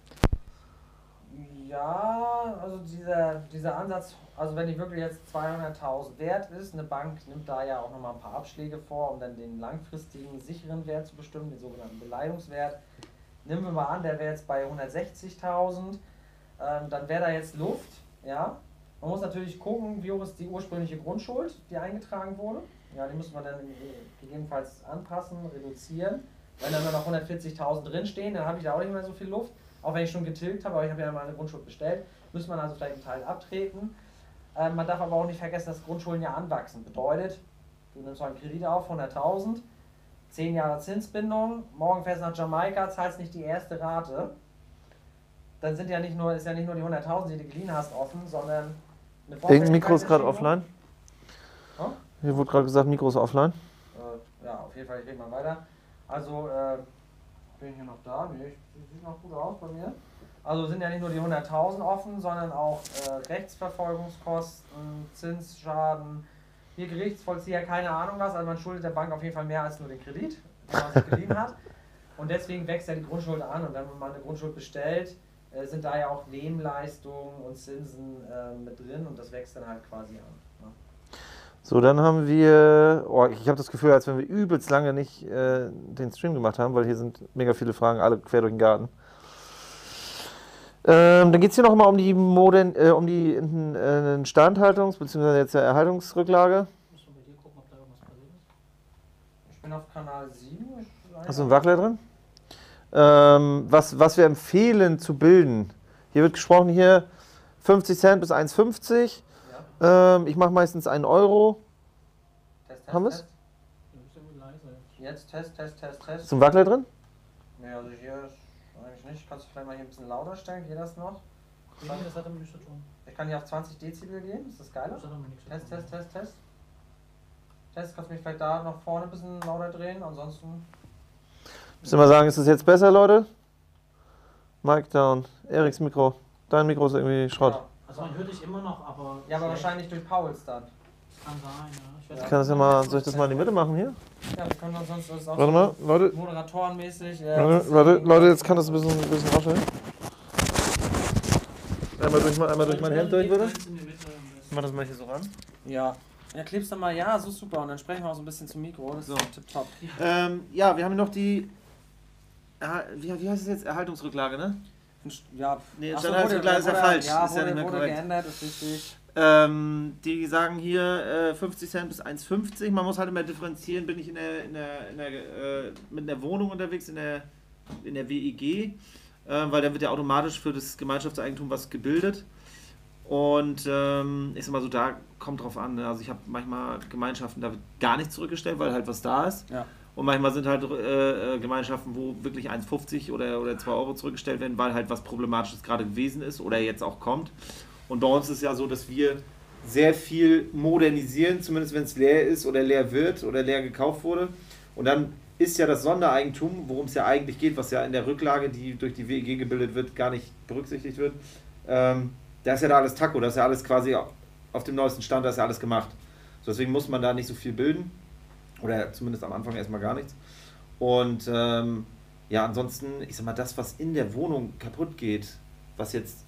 Ja, also dieser, dieser Ansatz, also wenn die wirklich jetzt zweihunderttausend wert ist, eine Bank nimmt da ja auch nochmal ein paar Abschläge vor, um dann den langfristigen, sicheren Wert zu bestimmen, den sogenannten Beleihungswert. Nehmen wir mal an, der wäre jetzt bei hundertsechzigtausend, ähm, dann wäre da jetzt Luft, ja. Man muss natürlich gucken, wie hoch ist die ursprüngliche Grundschuld, die eingetragen wurde. Ja, die müssen wir dann gegebenenfalls anpassen, reduzieren. Wenn dann nur noch hundertvierzigtausend drinstehen, dann habe ich da auch nicht mehr so viel Luft. Auch wenn ich schon getilgt habe, aber ich habe ja mal eine Grundschuld bestellt, muss man also vielleicht einen Teil abtreten. Ähm, man darf aber auch nicht vergessen, dass Grundschulden ja anwachsen. Bedeutet, du nimmst einen Kredit auf, hunderttausend, zehn Jahre Zinsbindung, morgen fährst du nach Jamaika, zahlst nicht die erste Rate. Dann sind ja nicht nur, ist ja nicht nur die hunderttausend, die du geliehen hast, offen, sondern eine Irgendein Mikro ist gerade offline. Hm? Hier wurde gerade gesagt, Mikro ist offline. Äh, ja, auf jeden Fall, ich rede mal weiter. Also, äh, Bin ich hier noch da? Nee, sieht noch gut aus bei mir. Also sind ja nicht nur die hunderttausend offen, sondern auch äh, Rechtsverfolgungskosten, Zinsschaden, hier Gerichtsvollzieher, keine Ahnung was. Also man schuldet der Bank auf jeden Fall mehr als nur den Kredit, den man sich geliehen hat. Und deswegen wächst ja die Grundschuld an. Und wenn man mal eine Grundschuld bestellt, äh, sind da ja auch Nebenleistungen und Zinsen äh, mit drin und das wächst dann halt quasi an. Ne? So, dann haben wir, oh, ich habe das Gefühl, als wenn wir übelst lange nicht äh, den Stream gemacht haben, weil hier sind mega viele Fragen, alle quer durch den Garten. Ähm, dann geht es hier noch mal um die, Modern, äh, um die äh, Instandhaltungs- bzw. jetzt der Erhaltungsrücklage. Musst du bei dir gucken, ob da irgendwas passiert ist? Ich bin auf Kanal sieben. Hast du einen Wackler drin? Ähm, was, was wir empfehlen zu bilden. Hier wird gesprochen hier fünfzig Cent bis eins fünfzig. Ja. Ähm, ich mache meistens einen Euro. Test, Test, Haben wir's? Test. Du bist irgendwie leise. Jetzt Test, Test, Test, Test. Ist ein Wackler drin? Nee, also hier ist eigentlich nicht. Kannst du vielleicht mal hier ein bisschen lauter stellen? Geht das noch? Nee, das hat damit nichts zu tun. Ich kann hier auf zwanzig Dezibel gehen. Ist das geiler? Das hat damit nichts zu tun. Test, Test, Test, Test. Test, kannst du mich vielleicht da nach vorne ein bisschen lauter drehen? Ansonsten. Müssen wir mal sagen, ist das jetzt besser, Leute? Mic down. Eriks Mikro. Dein Mikro ist irgendwie Schrott. Ja. Also man hört dich immer noch, aber... Ja, aber schlecht. wahrscheinlich durch Pauls dann. Kann sein, ja. Ich weiß Ja. Ich kann das ja mal, soll ich das mal in die Mitte machen hier? Ja, wir können uns sonst das auch Warte mal, Leute. moderatorenmäßig. Äh, Warte, warte, Leute, jetzt kann das ein bisschen, ein bisschen rascheln. Einmal durch, einmal durch mein Hemd durch, bitte. Eins in die Mitte am besten. Mach das mal hier so ran. Ja. Ja, klebst du mal, ja, so super. Und dann sprechen wir auch so ein bisschen zum Mikro. Das So. ist tipptopp. Ähm, ja, wir haben noch die, Erha- wie, wie heißt es jetzt? Erhaltungsrücklage, ne? Ja, Nee, ach so, Standardrücklage wurde- ist ja wurde- falsch. Ja, Ist ja wurde, nicht mehr wurde korrekt. geändert, ist richtig. Ähm, die sagen hier äh, fünfzig Cent bis eins fünfzig. Man muss halt immer differenzieren, bin ich in der, in der, in der, äh, mit einer Wohnung unterwegs, in der, in der W E G, äh, weil dann wird ja automatisch für das Gemeinschaftseigentum was gebildet. Und ähm, ich sag mal so, da kommt drauf an. Ne? Also ich habe manchmal Gemeinschaften, da wird gar nichts zurückgestellt, weil halt was da ist. Ja. Und manchmal sind halt äh, äh, Gemeinschaften, wo wirklich eins fünfzig oder, oder zwei Euro zurückgestellt werden, weil halt was Problematisches gerade gewesen ist oder jetzt auch kommt. Und bei uns ist es ja so, dass wir sehr viel modernisieren, zumindest wenn es leer ist oder leer wird oder leer gekauft wurde. Und dann ist ja das Sondereigentum, worum es ja eigentlich geht, was ja in der Rücklage, die durch die W E G gebildet wird, gar nicht berücksichtigt wird. Ähm, da ist ja da alles Taco, da ist ja alles quasi auf dem neuesten Stand, da ist ja alles gemacht. So, deswegen muss man da nicht so viel bilden. Oder zumindest am Anfang erstmal gar nichts. Und ähm, ja, ansonsten, ich sag mal, das, was in der Wohnung kaputt geht, was jetzt,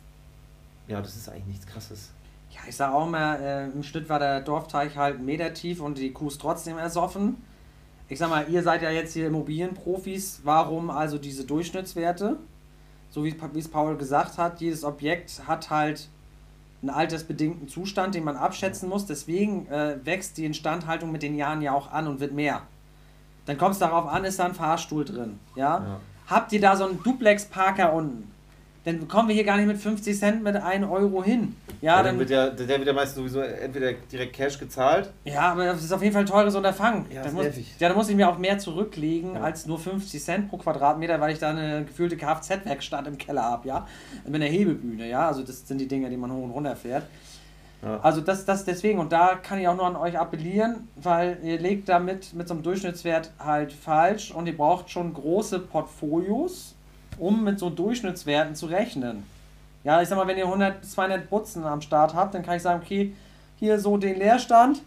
ja, das ist eigentlich nichts Krasses. Ja, ich sag auch mal, äh, im Schnitt war der Dorfteich halt einen Meter tief und die Kuh ist trotzdem ersoffen. Ich sag mal, ihr seid ja jetzt hier Immobilienprofis, warum also diese Durchschnittswerte? So wie wie es Paul gesagt hat, jedes Objekt hat halt einen altersbedingten Zustand, den man abschätzen muss. Deswegen äh, wächst die Instandhaltung mit den Jahren ja auch an und wird mehr. Dann kommt es darauf an, ist da ein Fahrstuhl drin. Ja? Ja. Habt ihr da so einen Duplex-Parker unten? Dann kommen wir hier gar nicht mit fünfzig Cent mit einem Euro hin. Ja, Ja, dann, dann wird ja, der wird ja meistens sowieso entweder direkt Cash gezahlt. ja, aber das ist auf jeden Fall ein teures Unterfangen. Ja, da ist muss, nervig. ja, da muss ich mir auch mehr zurücklegen Ja. als nur fünfzig Cent pro Quadratmeter, weil ich da eine gefühlte Kfz-Werkstatt im Keller habe, ja. Mit einer Hebebühne, ja. Also das sind die Dinge, die man hoch und runter fährt. Ja. Also das, das deswegen, und da kann ich auch nur an euch appellieren, weil ihr legt damit mit so einem Durchschnittswert halt falsch und ihr braucht schon große Portfolios, um mit so Durchschnittswerten zu rechnen. Ja, ich sag mal, wenn ihr hundert bis zweihundert Butzen am Start habt, dann kann ich sagen, okay, hier so den Leerstand,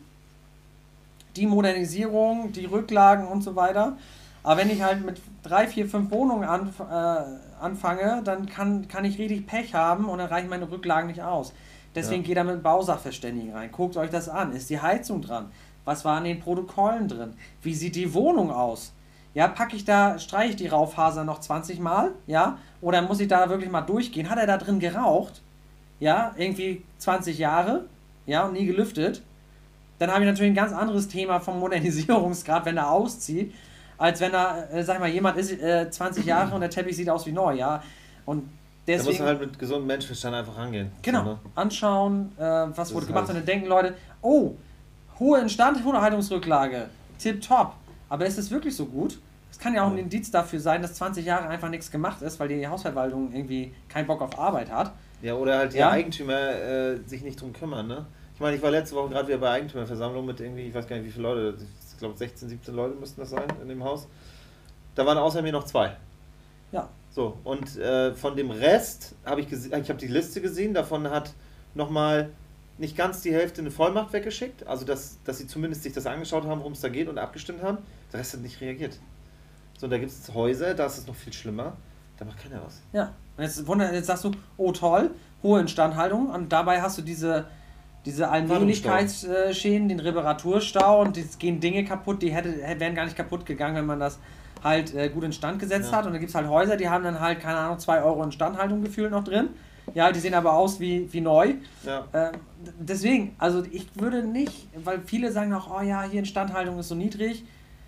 die Modernisierung, die Rücklagen und so weiter. Aber wenn ich halt mit drei, vier, fünf Wohnungen anf äh, anfange, dann kann, kann ich richtig Pech haben und dann reichen meine Rücklagen nicht aus. Deswegen Ja. geht da mit Bausachverständigen rein. Guckt euch das an. Ist die Heizung dran? Was war in den Protokollen drin? Wie sieht die Wohnung aus? Ja, packe ich da, streiche ich die Raufaser noch zwanzig Mal? Ja? Oder muss ich da wirklich mal durchgehen? Hat er da drin geraucht? Ja, irgendwie zwanzig Jahre? Ja, und nie gelüftet? Dann habe ich natürlich ein ganz anderes Thema vom Modernisierungsgrad, wenn er auszieht, als wenn da, äh, sag ich mal, jemand ist äh, zwanzig Jahre und der Teppich sieht aus wie neu, ja. Und Da muss deswegen, man halt mit gesundem Menschenverstand einfach rangehen. genau, So, ne? anschauen, äh, was Das wurde ist gemacht halt- und dann denken Leute, oh, hohe Instandhaltungsrücklage, tipptopp. Aber ist es wirklich so gut? Es kann ja auch ein Ja. Indiz dafür sein, dass zwanzig Jahre einfach nichts gemacht ist, weil die Hausverwaltung irgendwie keinen Bock auf Arbeit hat. Ja, oder halt die Ja. Eigentümer äh, sich nicht drum kümmern, ne? Ich meine, ich war letzte Woche gerade wieder bei Eigentümerversammlung mit irgendwie, ich weiß gar nicht wie viele Leute, ich glaube sechzehn, siebzehn Leute müssten das sein in dem Haus. Da waren außer mir noch zwei. Ja. So, und äh, von dem Rest habe ich gesehen, ich habe die Liste gesehen, davon hat nochmal nicht ganz die Hälfte eine Vollmacht weggeschickt, also dass, dass sie zumindest sich das angeschaut haben, worum es da geht und abgestimmt haben. Der Rest hat nicht reagiert. So, und da gibt es Häuser, da ist es noch viel schlimmer, da macht keiner was. Ja. Und jetzt, wunder- jetzt sagst du, oh toll, hohe Instandhaltung und dabei hast du diese, diese Allmählichkeitsschäden, den Reparaturstau und es gehen Dinge kaputt, die hätte, wären gar nicht kaputt gegangen, wenn man das halt äh, gut instand gesetzt Ja. hat. Und dann gibt es halt Häuser, die haben dann halt, keine Ahnung, zwei Euro Instandhaltung gefühlt noch drin. Ja, die sehen aber aus wie, wie neu. Ja. Ähm, d- deswegen, also ich würde nicht, weil viele sagen auch, oh ja, hier Instandhaltung ist so niedrig.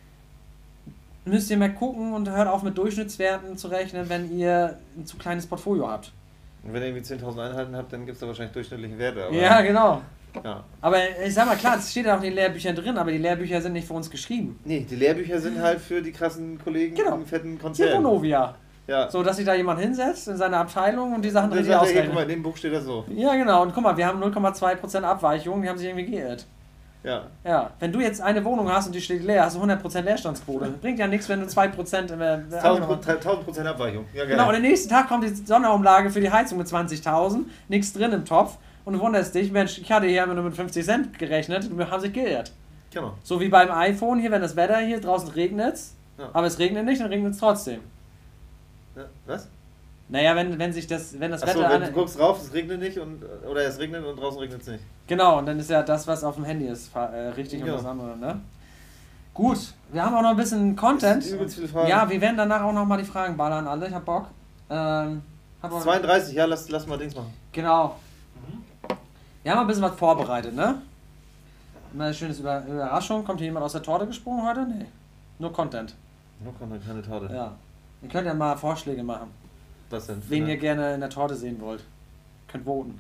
Müsst ihr mal gucken und hört auf mit Durchschnittswerten zu rechnen, wenn ihr ein zu kleines Portfolio habt. Und wenn ihr irgendwie zehntausend Einheiten habt, dann gibt es da wahrscheinlich durchschnittliche Werte. Aber, Ja, genau. ja. Aber ich sag mal, klar, das steht ja auch in den Lehrbüchern drin, aber die Lehrbücher sind nicht für uns geschrieben. Nee, die Lehrbücher sind halt für die krassen Kollegen Genau. in fetten Hier Konzernen. Vonovia. Ja. So, dass sich da jemand hinsetzt in seiner Abteilung und die Sachen Und dann richtig sagt er, hey, guck mal, ausrechnet. in dem Buch steht das so. Ja, genau. Und guck mal, wir haben null Komma zwei Prozent Abweichung, die haben sich irgendwie geirrt. Ja. Ja, wenn du jetzt eine Wohnung hast und die steht leer, hast du hundert Prozent Leerstandsquote. Bringt ja nichts, wenn du zwei Prozent im äh, tausend Prozent Abweichung. Ja, geil. Genau, und am nächsten Tag kommt die Sonderumlage für die Heizung mit zwanzigtausend, nichts drin im Topf und du wunderst dich, Mensch, ich hatte hier nur mit fünfzig Cent gerechnet, wir haben sich geirrt. Genau. So wie beim iPhone hier, wenn das Wetter hier draußen regnet, Ja. aber es regnet nicht, dann regnet es trotzdem. Ja, was? Naja, wenn, wenn sich das, wenn das Achso, Wetter wenn an, du guckst rauf, es regnet nicht und oder es regnet und draußen regnet es nicht. genau, und dann ist ja das, was auf dem Handy ist, fa- äh, richtig Ja. und das andere, ne? Gut, wir haben auch noch ein bisschen Content. Übelst viele Fragen. Ja, wir werden danach auch noch mal die Fragen ballern, alle. Ich hab Bock. Ähm, hab auch, zweiunddreißig, ja, lass, lass mal Dings machen. genau. Mhm. Wir haben ein bisschen was vorbereitet, ne? Immer eine schöne Über Überraschung. Kommt hier jemand aus der Torte gesprungen heute? Nee. Nur Content. Noch kommt noch keine Torte. Ja. Ihr könnt ja mal Vorschläge machen, Was denn? wen ihr gerne in der Torte sehen wollt. Könnt voten.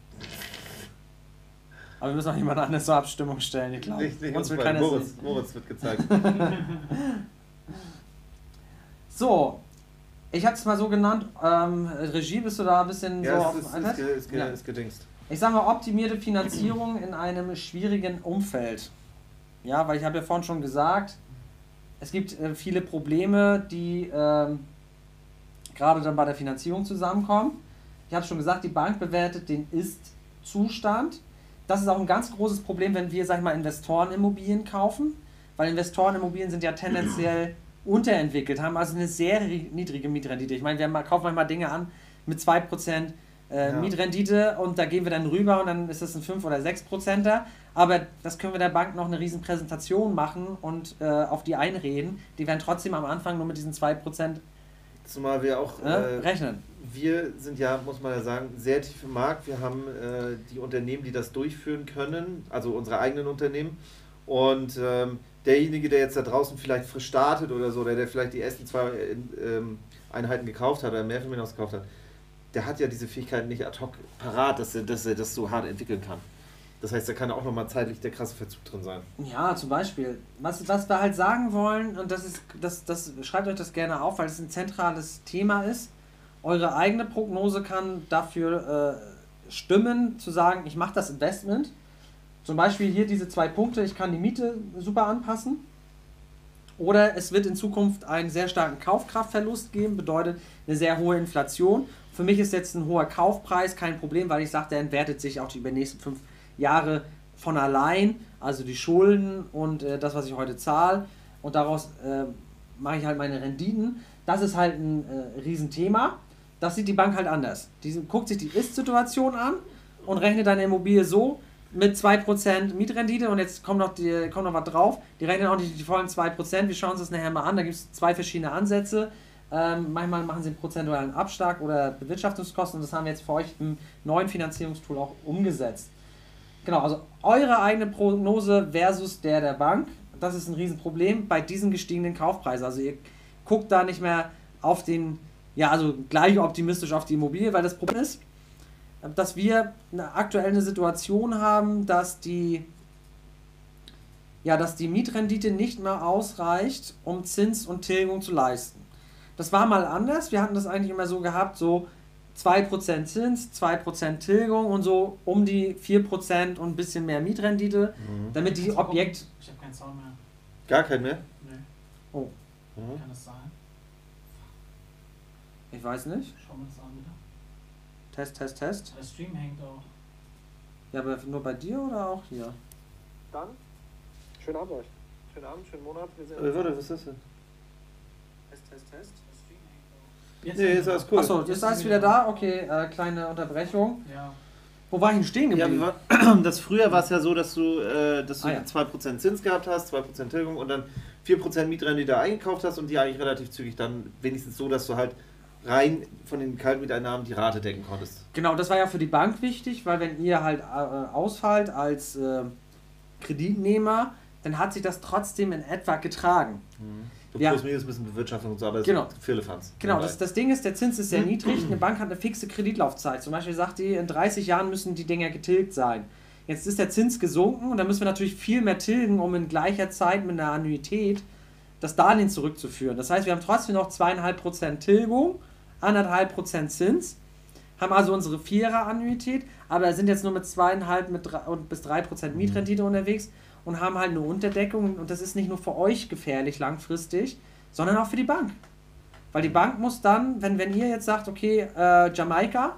Aber wir müssen auch jemand anderes zur Abstimmung stellen, ich glaube. Nicht, nicht Uns uns will beiden. keiner Moritz, sehen. Moritz wird gezeigt. So, ich habe es mal so genannt. Ähm, Regie, bist du da ein bisschen Ja, so es auf ist, dem iPad? ist, ist, ist, Ja. ist gedingst. Ich sage mal, optimierte Finanzierung in einem schwierigen Umfeld. Ja, weil ich habe ja vorhin schon gesagt, es gibt äh, viele Probleme, die ähm, gerade dann bei der Finanzierung zusammenkommen. Ich habe schon gesagt, die Bank bewertet den Ist-Zustand. Das ist auch ein ganz großes Problem, wenn wir, sag ich mal, Investorenimmobilien kaufen, weil Investorenimmobilien sind ja tendenziell unterentwickelt, haben also eine sehr ri- niedrige Mietrendite. Ich meine, wir ma- kaufen manchmal Dinge an mit zwei Prozent äh, Ja. Mietrendite und da gehen wir dann rüber und dann ist das ein fünf oder sechs Prozenter. Aber das können wir der Bank noch eine riesen Präsentation machen und äh, auf die einreden. Die werden trotzdem am Anfang nur mit diesen zwei Prozent Zumal wir auch, äh, äh, rechnen. wir sind ja, muss man ja sagen, sehr tief im Markt. Wir haben äh, die Unternehmen, die das durchführen können, also unsere eigenen Unternehmen. Und ähm, derjenige, der jetzt da draußen vielleicht frisch startet oder so, oder der vielleicht die ersten zwei äh, ähm, Einheiten gekauft hat oder mehr Mehrfamilienhaus gekauft hat, der hat ja diese Fähigkeit nicht ad hoc parat, dass er, dass er das so hart entwickeln kann. Das heißt, da kann auch nochmal zeitlich der krasse Verzug drin sein. Ja, zum Beispiel. Was, was wir halt sagen wollen, und das ist, das, das schreibt euch das gerne auf, weil es ein zentrales Thema ist. Eure eigene Prognose kann dafür äh, stimmen, zu sagen, ich mache das Investment. Zum Beispiel hier diese zwei Punkte, ich kann die Miete super anpassen. Oder es wird in Zukunft einen sehr starken Kaufkraftverlust geben, bedeutet eine sehr hohe Inflation. Für mich ist jetzt ein hoher Kaufpreis kein Problem, weil ich sage, der entwertet sich auch über die nächsten fünf Jahre von allein, also die Schulden und äh, das, was ich heute zahle. Und daraus äh, mache ich halt meine Renditen. Das ist halt ein äh, Riesenthema. Das sieht die Bank halt anders. Die guckt sich die Ist-Situation an und rechnet deine Immobilie so mit zwei Prozent Mietrendite und jetzt kommt noch, die, kommt noch was drauf. Die rechnen auch nicht die vollen zwei Prozent. Wir schauen uns das nachher mal an. Da gibt es zwei verschiedene Ansätze. Ähm, manchmal machen sie einen prozentualen Abschlag oder Bewirtschaftungskosten und das haben wir jetzt für euch im neuen Finanzierungstool auch umgesetzt. Genau, also eure eigene Prognose versus der der Bank, das ist ein Riesenproblem bei diesen gestiegenen Kaufpreisen. Also ihr guckt da nicht mehr auf den, ja, also gleich optimistisch auf die Immobilie, weil das Problem ist, dass wir eine aktuelle Situation haben, dass die, ja, dass die Mietrendite nicht mehr ausreicht, um Zins und Tilgung zu leisten. Das war mal anders. Wir hatten das eigentlich immer so gehabt, so zwei Prozent Zins, zwei Prozent Tilgung und so um die vier Prozent und ein bisschen mehr Mietrendite, Mhm. damit die Kannst du gucken? Objekt... Ich habe keinen Sound mehr. Gar kein mehr? Nee, Oh, Mhm. kann das sein? Ich weiß nicht. Schauen wir das an, bitte. Test, Test, Test. Der Stream hängt auch. Ja, aber nur bei dir oder auch hier? Dann, schönen Abend euch. Schönen Abend, schönen Monat. Wir sehen uns. Äh, warte, was ist das denn? Test, Test, Test. Der Stream hängt auch. Jetzt Nee, ist alles cool. Achso, jetzt ist alles wieder da? Okay, äh, kleine Unterbrechung. Ja. Wo war ich denn stehen Ja, geblieben? wir waren, das früher war es ja so, dass du, äh, dass du Ah, ja. zwei Prozent Zins gehabt hast, zwei Prozent Tilgung und dann vier Prozent Mietrendite eingekauft hast und die eigentlich relativ zügig dann wenigstens so, dass du halt rein von den Kaltmieteinnahmen die Rate decken konntest. Genau, das war ja für die Bank wichtig, weil wenn ihr halt äh, ausfallt als äh, Kreditnehmer, dann hat sich das trotzdem in etwa getragen. Du Ja. plus minus ein bisschen Bewirtschaftung und so, aber das Genau. sind Firlefanz. Genau, das, das Ding ist, der Zins ist sehr niedrig, eine Bank hat eine fixe Kreditlaufzeit. Zum Beispiel sagt die, in dreißig Jahren müssen die Dinger getilgt sein. Jetzt ist der Zins gesunken und dann müssen wir natürlich viel mehr tilgen, um in gleicher Zeit mit einer Annuität das Darlehen zurückzuführen. Das heißt, wir haben trotzdem noch zwei Komma fünf Prozent Tilgung, eins Komma fünf Prozent Zins, haben also unsere Vierer-Annuität, aber sind jetzt nur mit zwei Komma fünf mit drei, und bis drei Prozent Mietrendite unterwegs und haben halt eine Unterdeckung und das ist nicht nur für euch gefährlich langfristig, sondern auch für die Bank. Weil die Bank muss dann, wenn, wenn ihr jetzt sagt, okay, äh, Jamaika,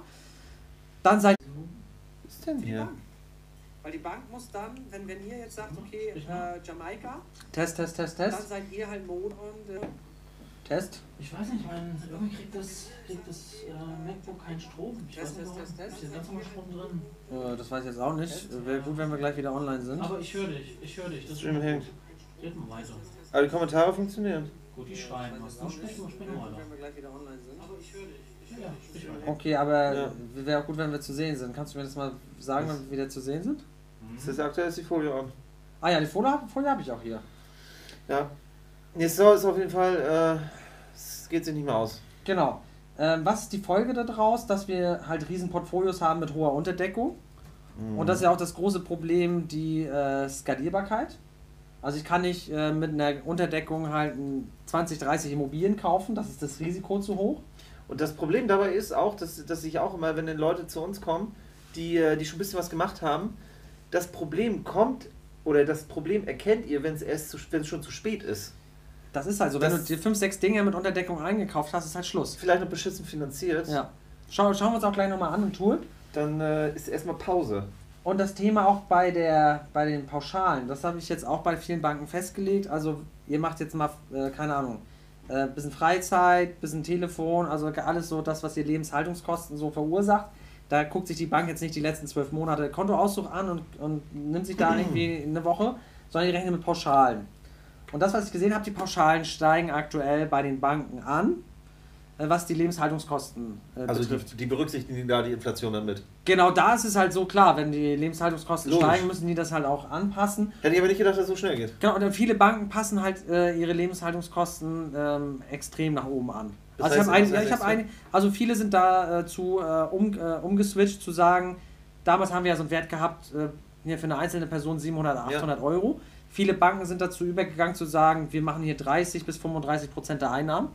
dann seid Was ist denn hier? Weil die Bank muss dann, wenn, wenn ihr jetzt sagt, okay, Ich äh, Jamaika, Test, Test, Test, Test, dann seid ihr halt Mode und äh, Test. Ich weiß nicht, mein, irgendwie kriegt das, kriegt das äh, MacBook keinen Strom. Ich Test, weiß nicht, Test, warum. Test, Test. Ist ganz normal Strom drin. Äh, das weiß ich jetzt auch nicht. Wäre gut, wenn wir gleich wieder online sind. Aber ich höre dich, ich höre dich. Das Stream hängt. Red mal weiter. Aber die Kommentare funktionieren. Gut, die schreiben was. Dann sprechen wir, sprechen wir weiter. Wenn wir gleich wieder online sind. Aber ich höre dich. Ich höre dich. Ich höre dich. Okay, aber Ja. wäre auch gut, wenn wir zu sehen sind. Kannst du mir das mal sagen, wenn wir wieder zu sehen sind? Ist das aktuell ist die Folie an? Ah ja, die Folie, Folie habe ich auch hier. Ja. Jetzt soll es auf jeden Fall, äh, es geht sich nicht mehr aus. Genau. Ähm, was ist die Folge daraus? Dass wir halt riesen Portfolios haben mit hoher Unterdeckung. Mhm. Und das ist ja auch das große Problem, die äh, Skalierbarkeit. Also ich kann nicht äh, mit einer Unterdeckung halt ein zwanzig, dreißig Immobilien kaufen, das ist das Risiko zu hoch. Und das Problem dabei ist auch, dass, dass ich auch immer, wenn dann Leute zu uns kommen, die, äh, die schon ein bisschen was gemacht haben, das Problem kommt oder das Problem erkennt ihr, wenn es erst zu, wenn es schon zu spät ist. Das ist halt so, wenn Das- du dir fünf, sechs Dinge mit Unterdeckung eingekauft hast, ist halt Schluss. Vielleicht noch beschissen finanziert, Ja. Schau, schauen wir uns auch gleich nochmal an im Tool. dann äh, ist erstmal Pause. Und das Thema auch bei, der, bei den Pauschalen, das habe ich jetzt auch bei vielen Banken festgelegt. Also ihr macht jetzt mal, äh, keine Ahnung, äh, bisschen Freizeit, bisschen Telefon, also alles so das, was ihr Lebenshaltungskosten so verursacht. Da guckt sich die Bank jetzt nicht die letzten zwölf Monate Kontoauszug an und, und nimmt sich da irgendwie eine Woche, sondern die rechnen mit Pauschalen. Und das, was ich gesehen habe, die Pauschalen steigen aktuell bei den Banken an, äh, was die Lebenshaltungskosten äh, Also betrifft. die, die berücksichtigen da die Inflation dann mit. Genau, da ist es halt so klar, wenn die Lebenshaltungskosten Logisch. steigen, müssen die das halt auch anpassen. Hätte ich aber nicht gedacht, dass es so schnell geht. Genau, und dann viele Banken passen halt äh, ihre Lebenshaltungskosten ähm, extrem nach oben an. Das Also ich heißt, habe ein, was ja, heißt ich habe extrem? ein, also viele sind da äh, zu äh, um, äh, umgeswitcht zu sagen, damals haben wir ja so einen Wert gehabt, äh, hier für eine einzelne Person siebenhundert, achthundert Euro. Viele Banken sind dazu übergegangen zu sagen, wir machen hier dreißig bis fünfunddreißig Prozent der Einnahmen.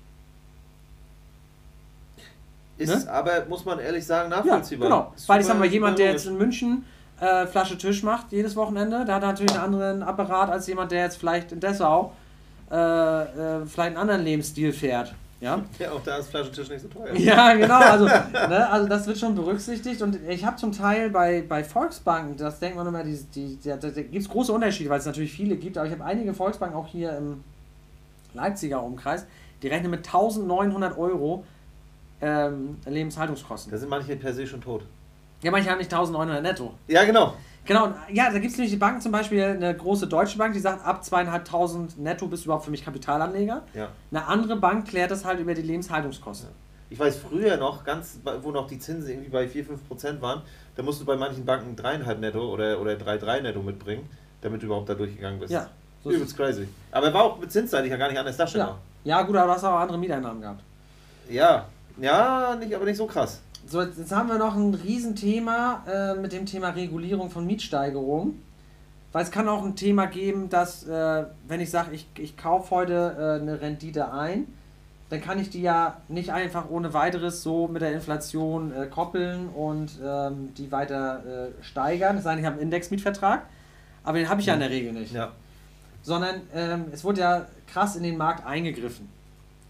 Ist Ne? aber, muss man ehrlich sagen, Ja, nachvollziehbar. genau. Ist Weil ich super- sag mal, jemand, super der jetzt logisch. in München äh, Flasche Tisch macht, jedes Wochenende, der hat natürlich einen anderen Apparat als jemand, der jetzt vielleicht in Dessau äh, äh, vielleicht einen anderen Lebensstil fährt. Ja, Ja, auch da ist Flaschentisch nicht so teuer. ja genau. Also, ne, also das wird schon berücksichtigt. Und ich habe zum Teil bei, bei Volksbanken, das denkt man immer, die, die, da, da gibt es große Unterschiede, weil es natürlich viele gibt, aber ich habe einige Volksbanken auch hier im Leipziger Umkreis, die rechnen mit eintausendneunhundert Euro ähm, Lebenshaltungskosten. Da sind manche per se schon tot. Ja, manche haben nicht eintausendneunhundert netto. Ja, genau. Genau, und ja, da gibt es nämlich die Banken, zum Beispiel eine große deutsche Bank, die sagt, ab zweieinhalbtausend netto bist du überhaupt für mich Kapitalanleger. Ja. Eine andere Bank klärt das halt über die Lebenshaltungskosten. Ich weiß früher noch, ganz, wo noch die Zinsen irgendwie bei vier, fünf Prozent waren, da musst du bei manchen Banken dreieinhalb netto oder, oder drei Komma drei netto mitbringen, damit du überhaupt da durchgegangen bist. Ja, so ist Übelst crazy. Aber er war auch mit zinsseitig ja gar nicht anders es. Ja. darstellbar. ja, gut, aber du hast auch andere Mieteinnahmen gehabt. Ja, ja, nicht, aber nicht so krass. So, jetzt, jetzt haben wir noch ein Riesenthema äh, mit dem Thema Regulierung von Mietsteigerungen. Weil es kann auch ein Thema geben, dass, äh, wenn ich sage, ich, ich kaufe heute äh, eine Rendite ein, dann kann ich die ja nicht einfach ohne weiteres so mit der Inflation äh, koppeln und ähm, die weiter äh, steigern. Es sei denn, ich habe einen Indexmietvertrag, aber den habe ich ja in der Regel nicht. Ja. Sondern ähm, es wurde ja krass in den Markt eingegriffen.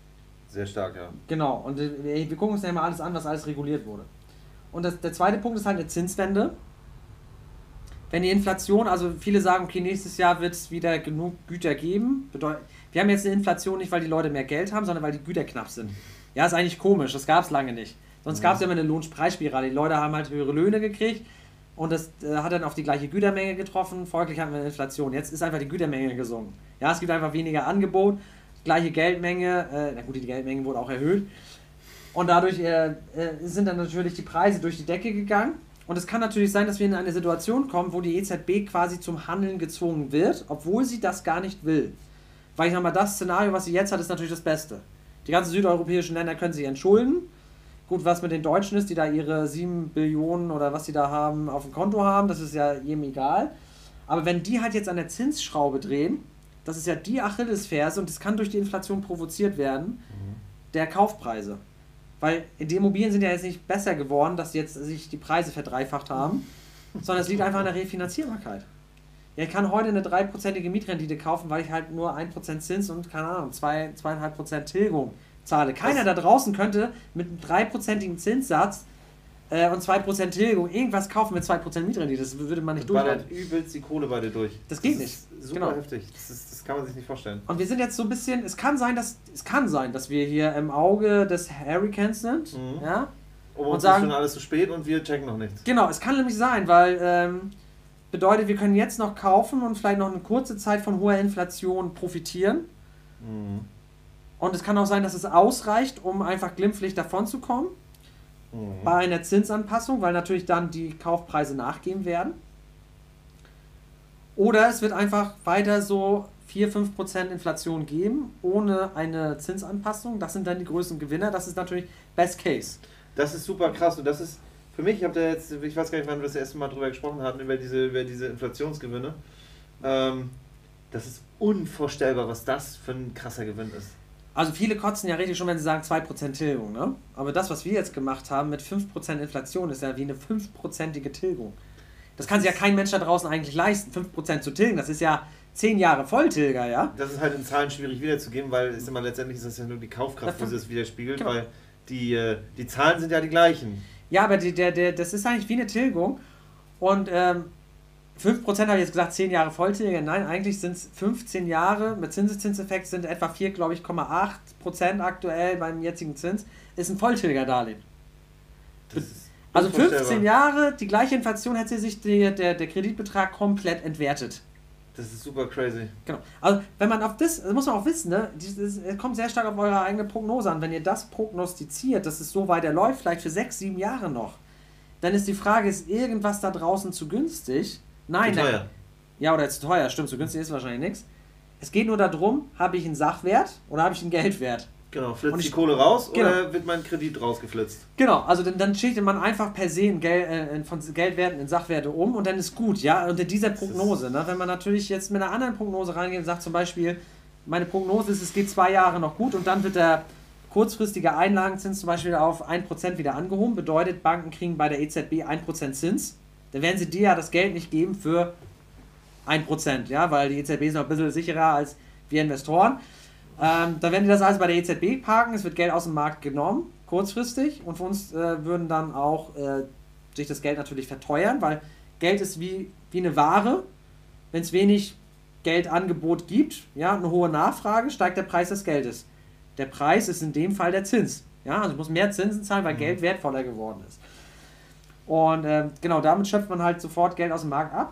Sehr stark, ja. Genau, und äh, wir gucken uns ja mal alles an, was alles reguliert wurde. Und das, der zweite Punkt ist halt eine Zinswende. Wenn die Inflation, also viele sagen, okay, nächstes Jahr wird es wieder genug Güter geben. Bedeutet, wir haben jetzt eine Inflation nicht, weil die Leute mehr Geld haben, sondern weil die Güter knapp sind. Ja, ist eigentlich komisch, das gab es lange nicht. Sonst mhm. gab es ja immer eine Lohnpreisspirale. Die Leute haben halt höhere Löhne gekriegt und das äh, hat dann auf die gleiche Gütermenge getroffen. Folglich haben wir eine Inflation. Jetzt ist einfach die Gütermenge gesunken. Ja, es gibt einfach weniger Angebot, gleiche Geldmenge. Äh, na gut, die Geldmenge wurde auch erhöht. Und dadurch äh, äh, sind dann natürlich die Preise durch die Decke gegangen. Und es kann natürlich sein, dass wir in eine Situation kommen, wo die E Z B quasi zum Handeln gezwungen wird, obwohl sie das gar nicht will. Weil ich sag mal, das Szenario, was sie jetzt hat, ist natürlich das Beste. Die ganzen südeuropäischen Länder können sich entschulden. Gut, was mit den Deutschen ist, die da ihre sieben Billionen oder was sie da haben auf dem Konto haben, das ist ja jedem egal. Aber wenn die halt jetzt an der Zinsschraube drehen, das ist ja die Achillesferse und das kann durch die Inflation provoziert werden, mhm. der Kaufpreise. Weil die Immobilien sind ja jetzt nicht besser geworden, dass jetzt sich die Preise verdreifacht haben, sondern es liegt einfach an der Refinanzierbarkeit. Ja, ich kann heute eine drei Prozent Mietrendite kaufen, weil ich halt nur ein Prozent Zins und, keine Ahnung, zwei, zwei Komma fünf Prozent Tilgung zahle. Keiner da draußen könnte mit einem drei Prozent Zinssatz äh, und zwei Prozent Tilgung irgendwas kaufen mit zwei Prozent Mietrendite. Das würde man nicht durchhalten. Ballert übelst die Kohle bei dir durch. Das geht das nicht. Ist super genau. heftig. Das, ist, das kann man sich nicht vorstellen. Und wir sind jetzt so ein bisschen, es kann sein, dass es kann sein, dass wir hier im Auge des Hurricanes sind. Mhm. Ja? Und, und sagen, ist schon alles zu spät und wir checken noch nichts. Genau, es kann nämlich sein, weil ähm, bedeutet, wir können jetzt noch kaufen und vielleicht noch eine kurze Zeit von hoher Inflation profitieren. Mhm. Und es kann auch sein, dass es ausreicht, um einfach glimpflich davon zu kommen. Mhm. Bei einer Zinsanpassung, weil natürlich dann die Kaufpreise nachgeben werden. Oder es wird einfach weiter so vier bis fünf Prozent Inflation geben, ohne eine Zinsanpassung. Das sind dann die größten Gewinner. Das ist natürlich Best Case. Das ist super krass und das ist für mich, ich habe da jetzt, ich weiß gar nicht, wann wir das erste Mal drüber gesprochen hatten, über diese, über diese Inflationsgewinne. Ähm, das ist unvorstellbar, was das für ein krasser Gewinn ist. Also viele kotzen ja richtig schon, wenn sie sagen zwei Prozent Tilgung, ne? Aber das, was wir jetzt gemacht haben mit fünf Prozent Inflation, ist ja wie eine fünf prozentige Tilgung. Das kann sich ja kein Mensch da draußen eigentlich leisten, fünf Prozent zu tilgen. Das ist ja zehn Jahre Volltilger, ja? Das ist halt in Zahlen schwierig wiederzugeben, weil ist immer, letztendlich ist das ja nur die Kaufkraft, die das widerspiegelt, genau. Weil die, die Zahlen sind ja die gleichen. Ja, aber die, der, der, das ist eigentlich wie eine Tilgung. Und ähm, fünf Prozent habe ich jetzt gesagt, zehn Jahre Volltilger. Nein, eigentlich sind es fünfzehn Jahre. Mit Zinseszinseffekt sind etwa vier, glaube ich, Komma acht Prozent aktuell beim jetzigen Zins. Ist ein Volltilgerdarlehen. Also fünfzehn Jahre, die gleiche Inflation, hätte sich die, der, der Kreditbetrag komplett entwertet. Das ist super crazy. Genau. Also wenn man auf das, das muss man auch wissen, ne, es kommt sehr stark auf eure eigene Prognose an. Wenn ihr das prognostiziert, dass es so weiter läuft, vielleicht für sechs, sieben Jahre noch, dann ist die Frage, ist irgendwas da draußen zu günstig? Nein. Zu teuer. Nein. Ja, oder zu teuer, stimmt, zu günstig ist wahrscheinlich nichts. Es geht nur darum, habe ich einen Sachwert oder habe ich einen Geldwert? Genau, flitzt ich, die Kohle raus genau. Oder wird mein Kredit rausgeflitzt? Genau, also dann, dann schichtet man einfach per se in Gel, äh, von Geldwerten in Sachwerte um und dann ist gut, ja, unter dieser Prognose. Ne? Wenn man natürlich jetzt mit einer anderen Prognose reingeht und sagt zum Beispiel, meine Prognose ist, es geht zwei Jahre noch gut und dann wird der kurzfristige Einlagenzins zum Beispiel auf ein Prozent wieder angehoben, bedeutet, Banken kriegen bei der E Z B ein Prozent Zins, dann werden sie dir ja das Geld nicht geben für ein Prozent, ja, weil die E Z B ist noch ein bisschen sicherer als wir Investoren. Ähm, da werden die das also bei der E Z B parken, es wird Geld aus dem Markt genommen, kurzfristig, und für uns äh, würden dann auch äh, sich das Geld natürlich verteuern, weil Geld ist wie, wie eine Ware. Wenn es wenig Geldangebot gibt, ja, eine hohe Nachfrage, steigt der Preis des Geldes. Der Preis ist in dem Fall der Zins. Ja, also ich muss mehr Zinsen zahlen, weil mhm. Geld wertvoller geworden ist. Und äh, genau, damit schöpft man halt sofort Geld aus dem Markt ab.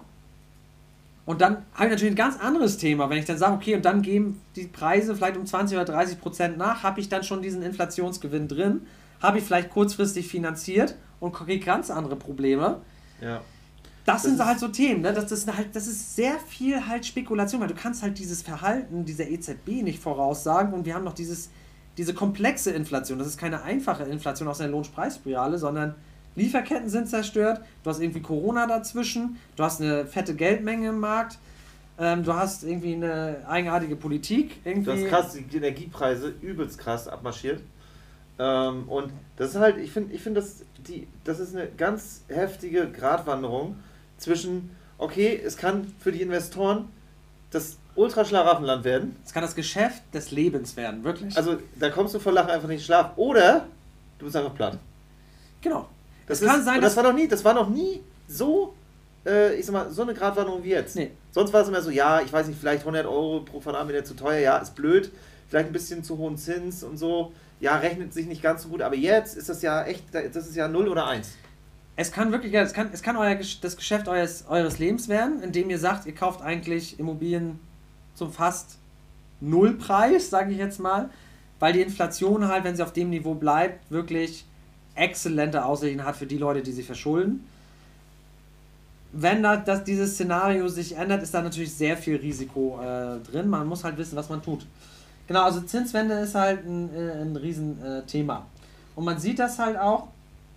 Und dann habe ich natürlich ein ganz anderes Thema, wenn ich dann sage, okay, und dann geben die Preise vielleicht um zwanzig oder dreißig Prozent nach, habe ich dann schon diesen Inflationsgewinn drin, habe ich vielleicht kurzfristig finanziert und kriege ganz andere Probleme. Ja. Das, das sind halt so Themen, ne? das, das, halt, das ist sehr viel halt Spekulation, weil du kannst halt dieses Verhalten dieser E Z B nicht voraussagen und wir haben noch dieses, diese komplexe Inflation, das ist keine einfache Inflation aus der Lohnpreisspirale, sondern Lieferketten sind zerstört, du hast irgendwie Corona dazwischen, du hast eine fette Geldmenge im Markt, ähm, du hast irgendwie eine eigenartige Politik. Irgendwie. Du hast krass, die Energiepreise übelst krass abmarschiert. Ähm, und das ist halt, ich finde, ich find, das, die, das ist eine ganz heftige Gratwanderung zwischen, okay, es kann für die Investoren das Ultraschlaraffenland werden. Es kann das Geschäft des Lebens werden, wirklich. Also da kommst du vor Lachen einfach nicht schlafen. Oder du bist einfach platt. Genau. Das, es ist, kann sein, und das dass... war noch nie, das war noch nie so, äh, ich sag mal, so eine Gratwanderung wie jetzt. Nee. Sonst war es immer so, ja, ich weiß nicht, vielleicht hundert Euro pro Quadratmeter zu teuer, ja, ist blöd. Vielleicht ein bisschen zu hohen Zins und so. Ja, rechnet sich nicht ganz so gut. Aber jetzt ist das ja echt, das ist ja null oder eins. Es kann wirklich, ja, es kann, es kann euer, das Geschäft eures, eures Lebens werden, indem ihr sagt, ihr kauft eigentlich Immobilien zum fast Nullpreis, sage ich jetzt mal, weil die Inflation halt, wenn sie auf dem Niveau bleibt, wirklich exzellente Aussichten hat für die Leute, die sich verschulden. Wenn da, dass dieses Szenario sich ändert, ist da natürlich sehr viel Risiko äh, drin. Man muss halt wissen, was man tut. Genau, also Zinswende ist halt ein, äh, ein Riesenthema. Äh, Und man sieht das halt auch.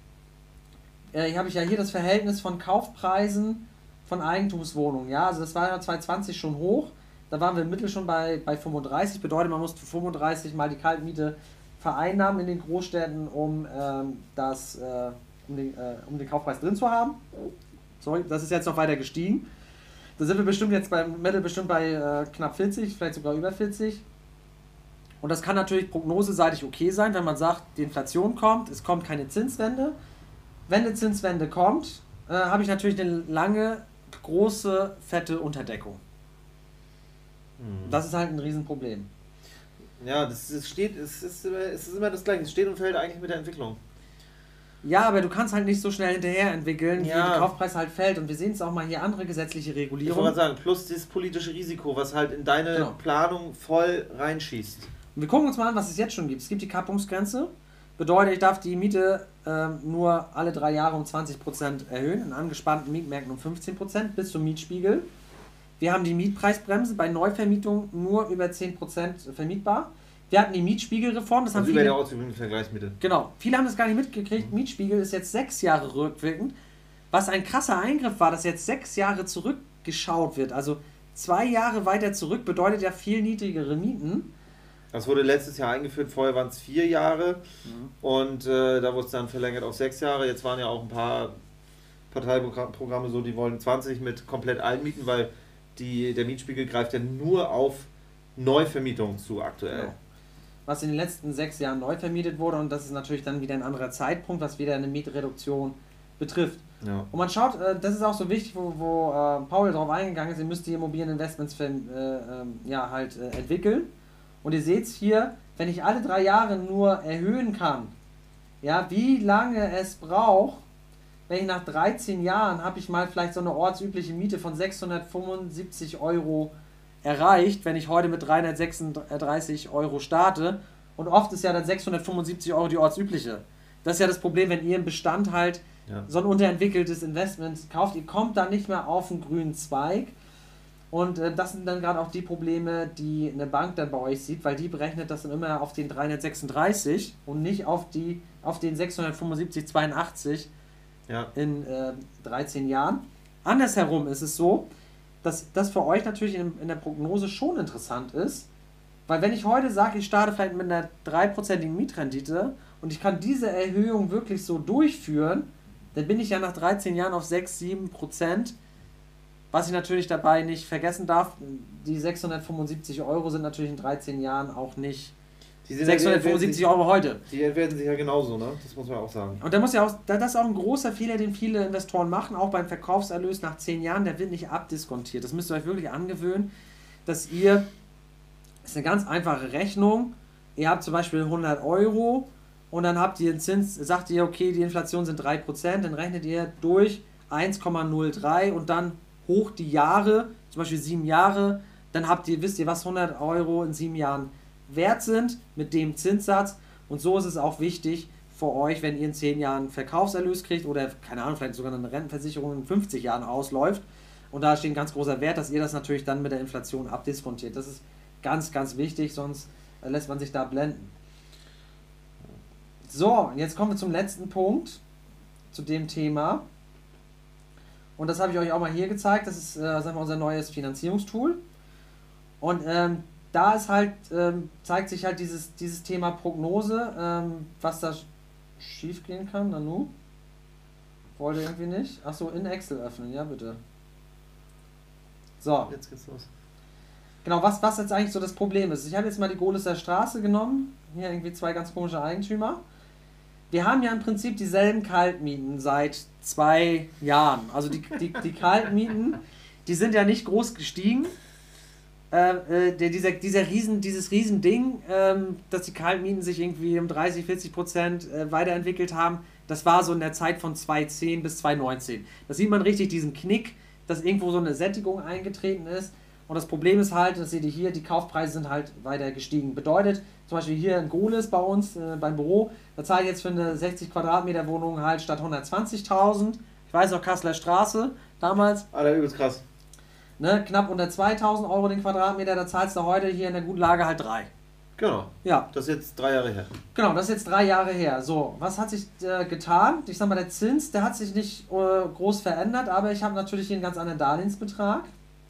Äh, hier habe ich ja hier das Verhältnis von Kaufpreisen von Eigentumswohnungen. Ja, also das war ja zwanzig zwanzig schon hoch. Da waren wir im Mittel schon bei, bei fünfunddreißig. Bedeutet, man muss für fünfunddreißig mal die Kaltmiete vereinnahmen in den Großstädten, um, ähm, das, äh, um, den, äh, um den Kaufpreis drin zu haben. Sorry, das ist jetzt noch weiter gestiegen. Da sind wir bestimmt jetzt beim Mittel bestimmt bei äh, knapp vierzig, vielleicht sogar über vierzig. Und das kann natürlich prognoseseitig okay sein, wenn man sagt, die Inflation kommt, es kommt keine Zinswende. Wenn eine Zinswende kommt, äh, habe ich natürlich eine lange, große, fette Unterdeckung. Mhm. Das ist halt ein Riesenproblem. Ja, das, das steht, es ist, immer, es ist immer das Gleiche. Es steht und fällt eigentlich mit der Entwicklung. Ja, aber du kannst halt nicht so schnell hinterher entwickeln, ja. wie der Kaufpreis halt fällt. Und wir sehen es auch mal hier, andere gesetzliche Regulierungen. Ich wollte mal sagen, plus das politische Risiko, was halt in deine genau. Planung voll reinschießt. Und wir gucken uns mal an, was es jetzt schon gibt. Es gibt die Kappungsgrenze. Bedeutet, ich darf die Miete ähm, nur alle drei Jahre um zwanzig Prozent erhöhen, in angespannten Mietmärkten um fünfzehn Prozent bis zum Mietspiegel. Wir haben die Mietpreisbremse, bei Neuvermietung nur über zehn Prozent vermietbar. Wir hatten die Mietspiegelreform. Das also haben über viele, der Ausübung Vergleichsmiete. Genau. Viele haben das gar nicht mitgekriegt. Mietspiegel ist jetzt sechs Jahre rückwirkend. Was ein krasser Eingriff war, dass jetzt sechs Jahre zurückgeschaut wird. Also zwei Jahre weiter zurück bedeutet ja viel niedrigere Mieten. Das wurde letztes Jahr eingeführt, vorher waren es vier Jahre mhm. und äh, da wurde es dann verlängert auf sechs Jahre. Jetzt waren ja auch ein paar Parteiprogramme so, die wollen zwanzig mit komplett allen Mieten, weil die, der Mietspiegel greift ja nur auf Neuvermietung zu aktuell. Genau. Was in den letzten sechs Jahren neu vermietet wurde und das ist natürlich dann wieder ein anderer Zeitpunkt, was wieder eine Mietreduktion betrifft. Ja. Und man schaut, äh, das ist auch so wichtig, wo, wo äh, Paul darauf eingegangen ist, ihr müsst die Immobilieninvestments für, äh, äh, ja, halt äh, entwickeln. Und ihr seht hier, wenn ich alle drei Jahre nur erhöhen kann, ja, wie lange es braucht, wenn ich nach dreizehn Jahren habe ich mal vielleicht so eine ortsübliche Miete von sechshundertfünfundsiebzig Euro erreicht, wenn ich heute mit dreihundertsechsunddreißig Euro starte. Und oft ist ja dann sechshundertfünfundsiebzig Euro die ortsübliche. Das ist ja das Problem, wenn ihr im Bestand halt ja. so ein unterentwickeltes Investment kauft, ihr kommt dann nicht mehr auf den grünen Zweig. Und äh, das sind dann gerade auch die Probleme, die eine Bank dann bei euch sieht, weil die berechnet das dann immer auf den dreihundertsechsunddreißig und nicht auf, die, auf den sechshundertfünfundsiebzig Komma zweiundachtzig ja. in äh, dreizehn Jahren. Andersherum ist es so, dass das für euch natürlich in, in der Prognose schon interessant ist, weil wenn ich heute sage, ich starte vielleicht mit einer dreiprozentigen Mietrendite und ich kann diese Erhöhung wirklich so durchführen, dann bin ich ja nach dreizehn Jahren auf sechs, sieben Prozent. Was ich natürlich dabei nicht vergessen darf, die sechshundertfünfundsiebzig Euro sind natürlich in dreizehn Jahren auch nicht die sind sechshundertfünfundsiebzig Euro heute. Die entwerten sich ja genauso, ne? Das muss man auch sagen. Und da muss ja auch, das ist auch ein großer Fehler, den viele Investoren machen, auch beim Verkaufserlös nach zehn Jahren, der wird nicht abdiskontiert. Das müsst ihr euch wirklich angewöhnen, dass ihr, das ist eine ganz einfache Rechnung, ihr habt zum Beispiel hundert Euro und dann habt ihr einen Zins, sagt ihr, okay, die Inflation sind drei Prozent, dann rechnet ihr durch eins Komma null drei und dann hoch die Jahre, zum Beispiel sieben Jahre, dann habt ihr, wisst ihr, was hundert Euro in sieben Jahren wert sind mit dem Zinssatz und so ist es auch wichtig für euch, wenn ihr in zehn Jahren Verkaufserlös kriegt oder, keine Ahnung, vielleicht sogar eine Rentenversicherung in fünfzig Jahren ausläuft und da steht ein ganz großer Wert, dass ihr das natürlich dann mit der Inflation abdiskontiert. Das ist ganz, ganz wichtig, sonst äh, lässt man sich da blenden. So, jetzt kommen wir zum letzten Punkt, zu dem Thema. Und das habe ich euch auch mal hier gezeigt. Das ist äh, sagen wir, unser neues Finanzierungstool. Und ähm, da ist halt, ähm, zeigt sich halt dieses, dieses Thema Prognose, ähm, was da schief gehen kann. Nanu? Wollte irgendwie nicht. Achso, in Excel öffnen, ja bitte. So. Jetzt geht's los. Genau, was, was jetzt eigentlich so das Problem ist. Ich habe jetzt mal die Gohlisser Straße genommen. Hier irgendwie zwei ganz komische Eigentümer. Wir haben ja im Prinzip dieselben Kaltmieten seit zwei Jahren. Also die, die, die Kaltmieten, die sind ja nicht groß gestiegen. Äh, der, dieser, dieser Riesen, dieses Riesending, ähm, dass die Kaltmieten sich irgendwie um dreißig, vierzig Prozent äh, weiterentwickelt haben, das war so in der Zeit von zweitausendzehn bis zweitausendneunzehn. Da sieht man richtig diesen Knick, dass irgendwo so eine Sättigung eingetreten ist. Und das Problem ist halt, das seht ihr hier, die Kaufpreise sind halt weiter gestiegen. Bedeutet, zum Beispiel hier in Gohlis bei uns, äh, beim Büro, da zahle ich jetzt für eine sechzig Quadratmeter Wohnung halt statt hundertzwanzigtausend. Ich weiß noch, Kasseler Straße, damals. Alter, übelst krass. Ne, knapp unter zweitausend Euro den Quadratmeter, da zahlst du heute hier in der guten Lage halt drei. Genau. Ja. Das ist jetzt drei Jahre her. Genau, das ist jetzt drei Jahre her. So, was hat sich äh, getan? Ich sag mal, der Zins, der hat sich nicht äh, groß verändert, aber ich habe natürlich hier einen ganz anderen Darlehensbetrag.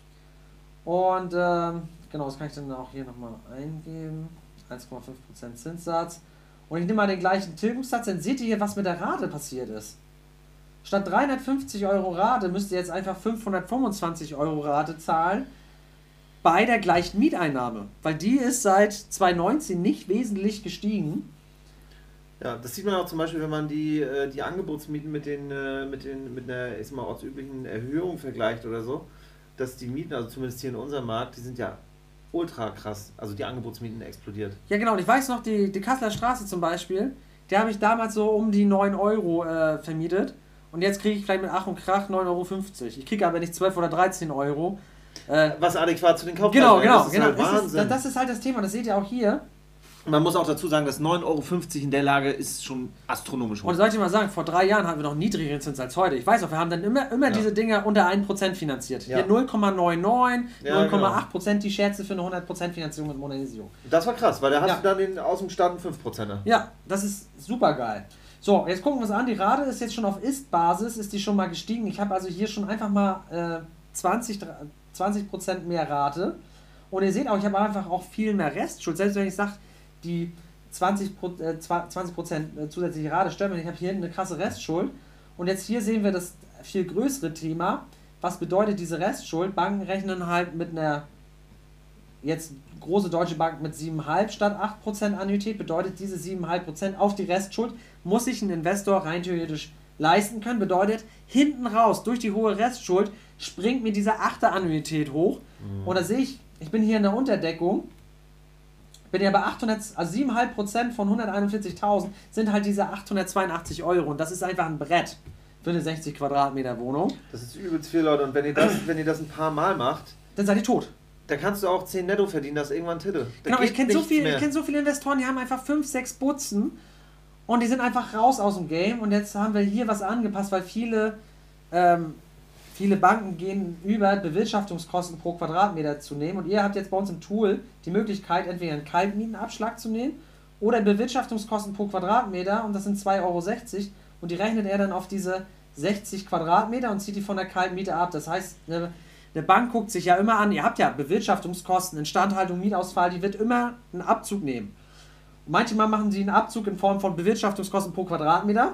Und ähm, genau, das kann ich dann auch hier nochmal eingeben. eins Komma fünf Prozent Zinssatz. Und ich nehme mal den gleichen Tilgungssatz, dann seht ihr hier, was mit der Rate passiert ist. Statt dreihundertfünfzig Euro Rate müsst ihr jetzt einfach fünfhundertfünfundzwanzig Euro Rate zahlen bei der gleichen Mieteinnahme. Weil die ist seit zweitausendneunzehn nicht wesentlich gestiegen. Ja, das sieht man auch zum Beispiel, wenn man die, äh, die Angebotsmieten mit, den, äh, mit, den, mit einer ist mal ortsüblichen Erhöhung vergleicht oder so, dass die Mieten, also zumindest hier in unserem Markt, die sind ja ultra krass. Also die Angebotsmieten explodiert. Ja genau, und ich weiß noch, die, die Kasseler Straße zum Beispiel, die habe ich damals so um die neun Euro äh, vermietet. Und jetzt kriege ich vielleicht mit Ach und Krach neun Euro fünfzig. Ich kriege aber nicht zwölf oder dreizehn Euro. Äh, Was adäquat zu den Kaufpreisen Genau, genau, das ist genau. halt Das, Wahnsinn. ist, das ist halt das Thema, das seht ihr auch hier. Man muss auch dazu sagen, dass neun Euro fünfzig in der Lage ist schon astronomisch hoch. Und soll ich mal sagen, vor drei Jahren hatten wir noch einen niedrigeren Zins als heute. Ich weiß auch, wir haben dann immer, immer Ja. diese Dinger unter ein Prozent finanziert. Ja. Hier null Komma neunundneunzig, Ja, null Komma acht Prozent die Scherze für eine hundert Prozent Finanzierung mit Modernisierung. Das war krass, weil da hast Ja. du dann den aus dem Start einen fünf Prozent. Ja, das ist super geil. So, jetzt gucken wir uns an. Die Rate ist jetzt schon auf Ist-Basis, ist die schon mal gestiegen. Ich habe also hier schon einfach mal äh, zwanzig Prozent mehr Rate. Und ihr seht auch, ich habe einfach auch viel mehr Restschuld. Selbst wenn ich sage, die zwanzig Prozent zusätzliche Rate stört mir, ich habe hier eine krasse Restschuld. Und jetzt hier sehen wir das viel größere Thema. Was bedeutet diese Restschuld? Banken rechnen halt mit einer, jetzt große deutsche Bank mit sieben Komma fünf statt acht Prozent Annuität, bedeutet diese sieben Komma fünf Prozent auf die Restschuld muss sich ein Investor rein theoretisch leisten können. Bedeutet, hinten raus, durch die hohe Restschuld, springt mir diese achte Annuität hoch. Mhm. Und da sehe ich, ich bin hier in der Unterdeckung, bin ja bei achthundert, also sieben Komma fünf Prozent von hunderteinundvierzigtausend sind halt diese achthundertzweiundachtzig Euro. Und das ist einfach ein Brett für eine sechzig Quadratmeter Wohnung. Das ist übelst viel, Leute. Und wenn ihr das, wenn ihr das ein paar Mal macht, dann seid ihr tot. da kannst du auch zehn netto verdienen, das ist irgendwann Titte. Da Genau, ich geht kenne so, nichts viel, mehr. ich kenn so viele Investoren, die haben einfach fünf, sechs Butzen und die sind einfach raus aus dem Game. Und jetzt haben wir hier was angepasst, weil viele, ähm, viele Banken gehen über, Bewirtschaftungskosten pro Quadratmeter zu nehmen. Und ihr habt jetzt bei uns im Tool die Möglichkeit, entweder einen Kaltmietenabschlag zu nehmen oder Bewirtschaftungskosten pro Quadratmeter, und das sind zwei Euro sechzig. Und die rechnet er dann auf diese sechzig Quadratmeter und zieht die von der Kaltmiete ab. Das heißt, eine, eine Bank guckt sich ja immer an, ihr habt ja Bewirtschaftungskosten, Instandhaltung, Mietausfall, die wird immer einen Abzug nehmen. Und manchmal machen sie einen Abzug in Form von Bewirtschaftungskosten pro Quadratmeter.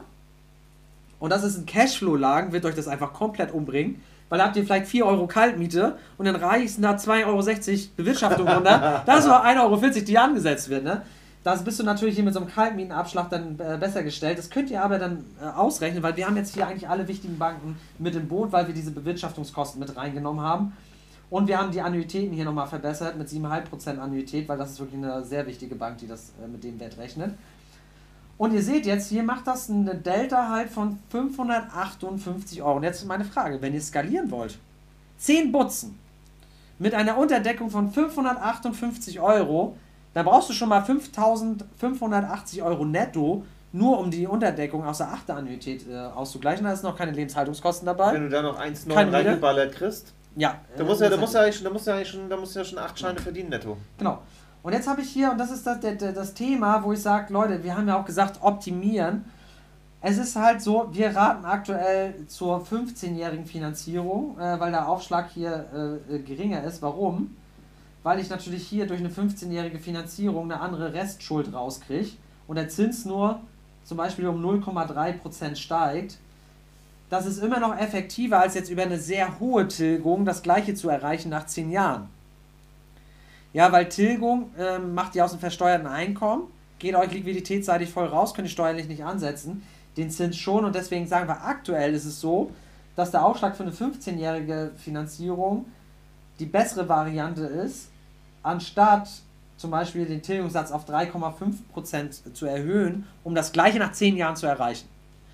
Und das ist ein Cashflow-Lagen, wird euch das einfach komplett umbringen. Weil da habt ihr vielleicht vier Euro Kaltmiete und dann reichen da zwei Euro sechzig Bewirtschaftung runter. Das ist nur ein Euro vierzig, die angesetzt wird. Ne? Da bist du natürlich hier mit so einem Kaltmietenabschlag dann äh, besser gestellt. Das könnt ihr aber dann äh, ausrechnen, weil wir haben jetzt hier eigentlich alle wichtigen Banken mit im Boot, weil wir diese Bewirtschaftungskosten mit reingenommen haben. Und wir haben die Annuitäten hier nochmal verbessert mit sieben Komma fünf Prozent Annuität, weil das ist wirklich eine sehr wichtige Bank, die das äh, mit dem Wert rechnet. Und ihr seht jetzt, hier macht das eine Delta halt von fünfhundertachtundfünfzig Euro. Und jetzt ist meine Frage, wenn ihr skalieren wollt, zehn Butzen mit einer Unterdeckung von fünfhundertachtundfünfzig Euro, da brauchst du schon mal fünftausendfünfhundertachtzig Euro netto, nur um die Unterdeckung aus der achten Annuität äh, auszugleichen. Da ist noch keine Lebenshaltungskosten dabei. Wenn du da noch eins Komma neun reingeballert kriegst, ja, da musst du ja, da musst du ja, da musst du ja schon, da musst du ja schon acht Scheine verdienen netto. Genau. Und jetzt habe ich hier, und das ist das, das, das Thema, wo ich sage, Leute, wir haben ja auch gesagt, optimieren. Es ist halt so, wir raten aktuell zur fünfzehnjährigen Finanzierung, äh, weil der Aufschlag hier äh, geringer ist. Warum? Weil ich natürlich hier durch eine fünfzehnjährige Finanzierung eine andere Restschuld rauskriege und der Zins nur zum Beispiel um null Komma drei Prozent steigt. Das ist immer noch effektiver, als jetzt über eine sehr hohe Tilgung das gleiche zu erreichen nach zehn Jahren. Ja, weil Tilgung ähm, macht ihr aus dem versteuerten Einkommen, geht euch liquiditätsseitig voll raus, könnt ihr steuerlich nicht ansetzen, den Zins schon und deswegen sagen wir, aktuell ist es so, dass der Aufschlag für eine fünfzehnjährige Finanzierung die bessere Variante ist, anstatt zum Beispiel den Tilgungssatz auf drei Komma fünf Prozent zu erhöhen, um das gleiche nach zehn Jahren zu erreichen.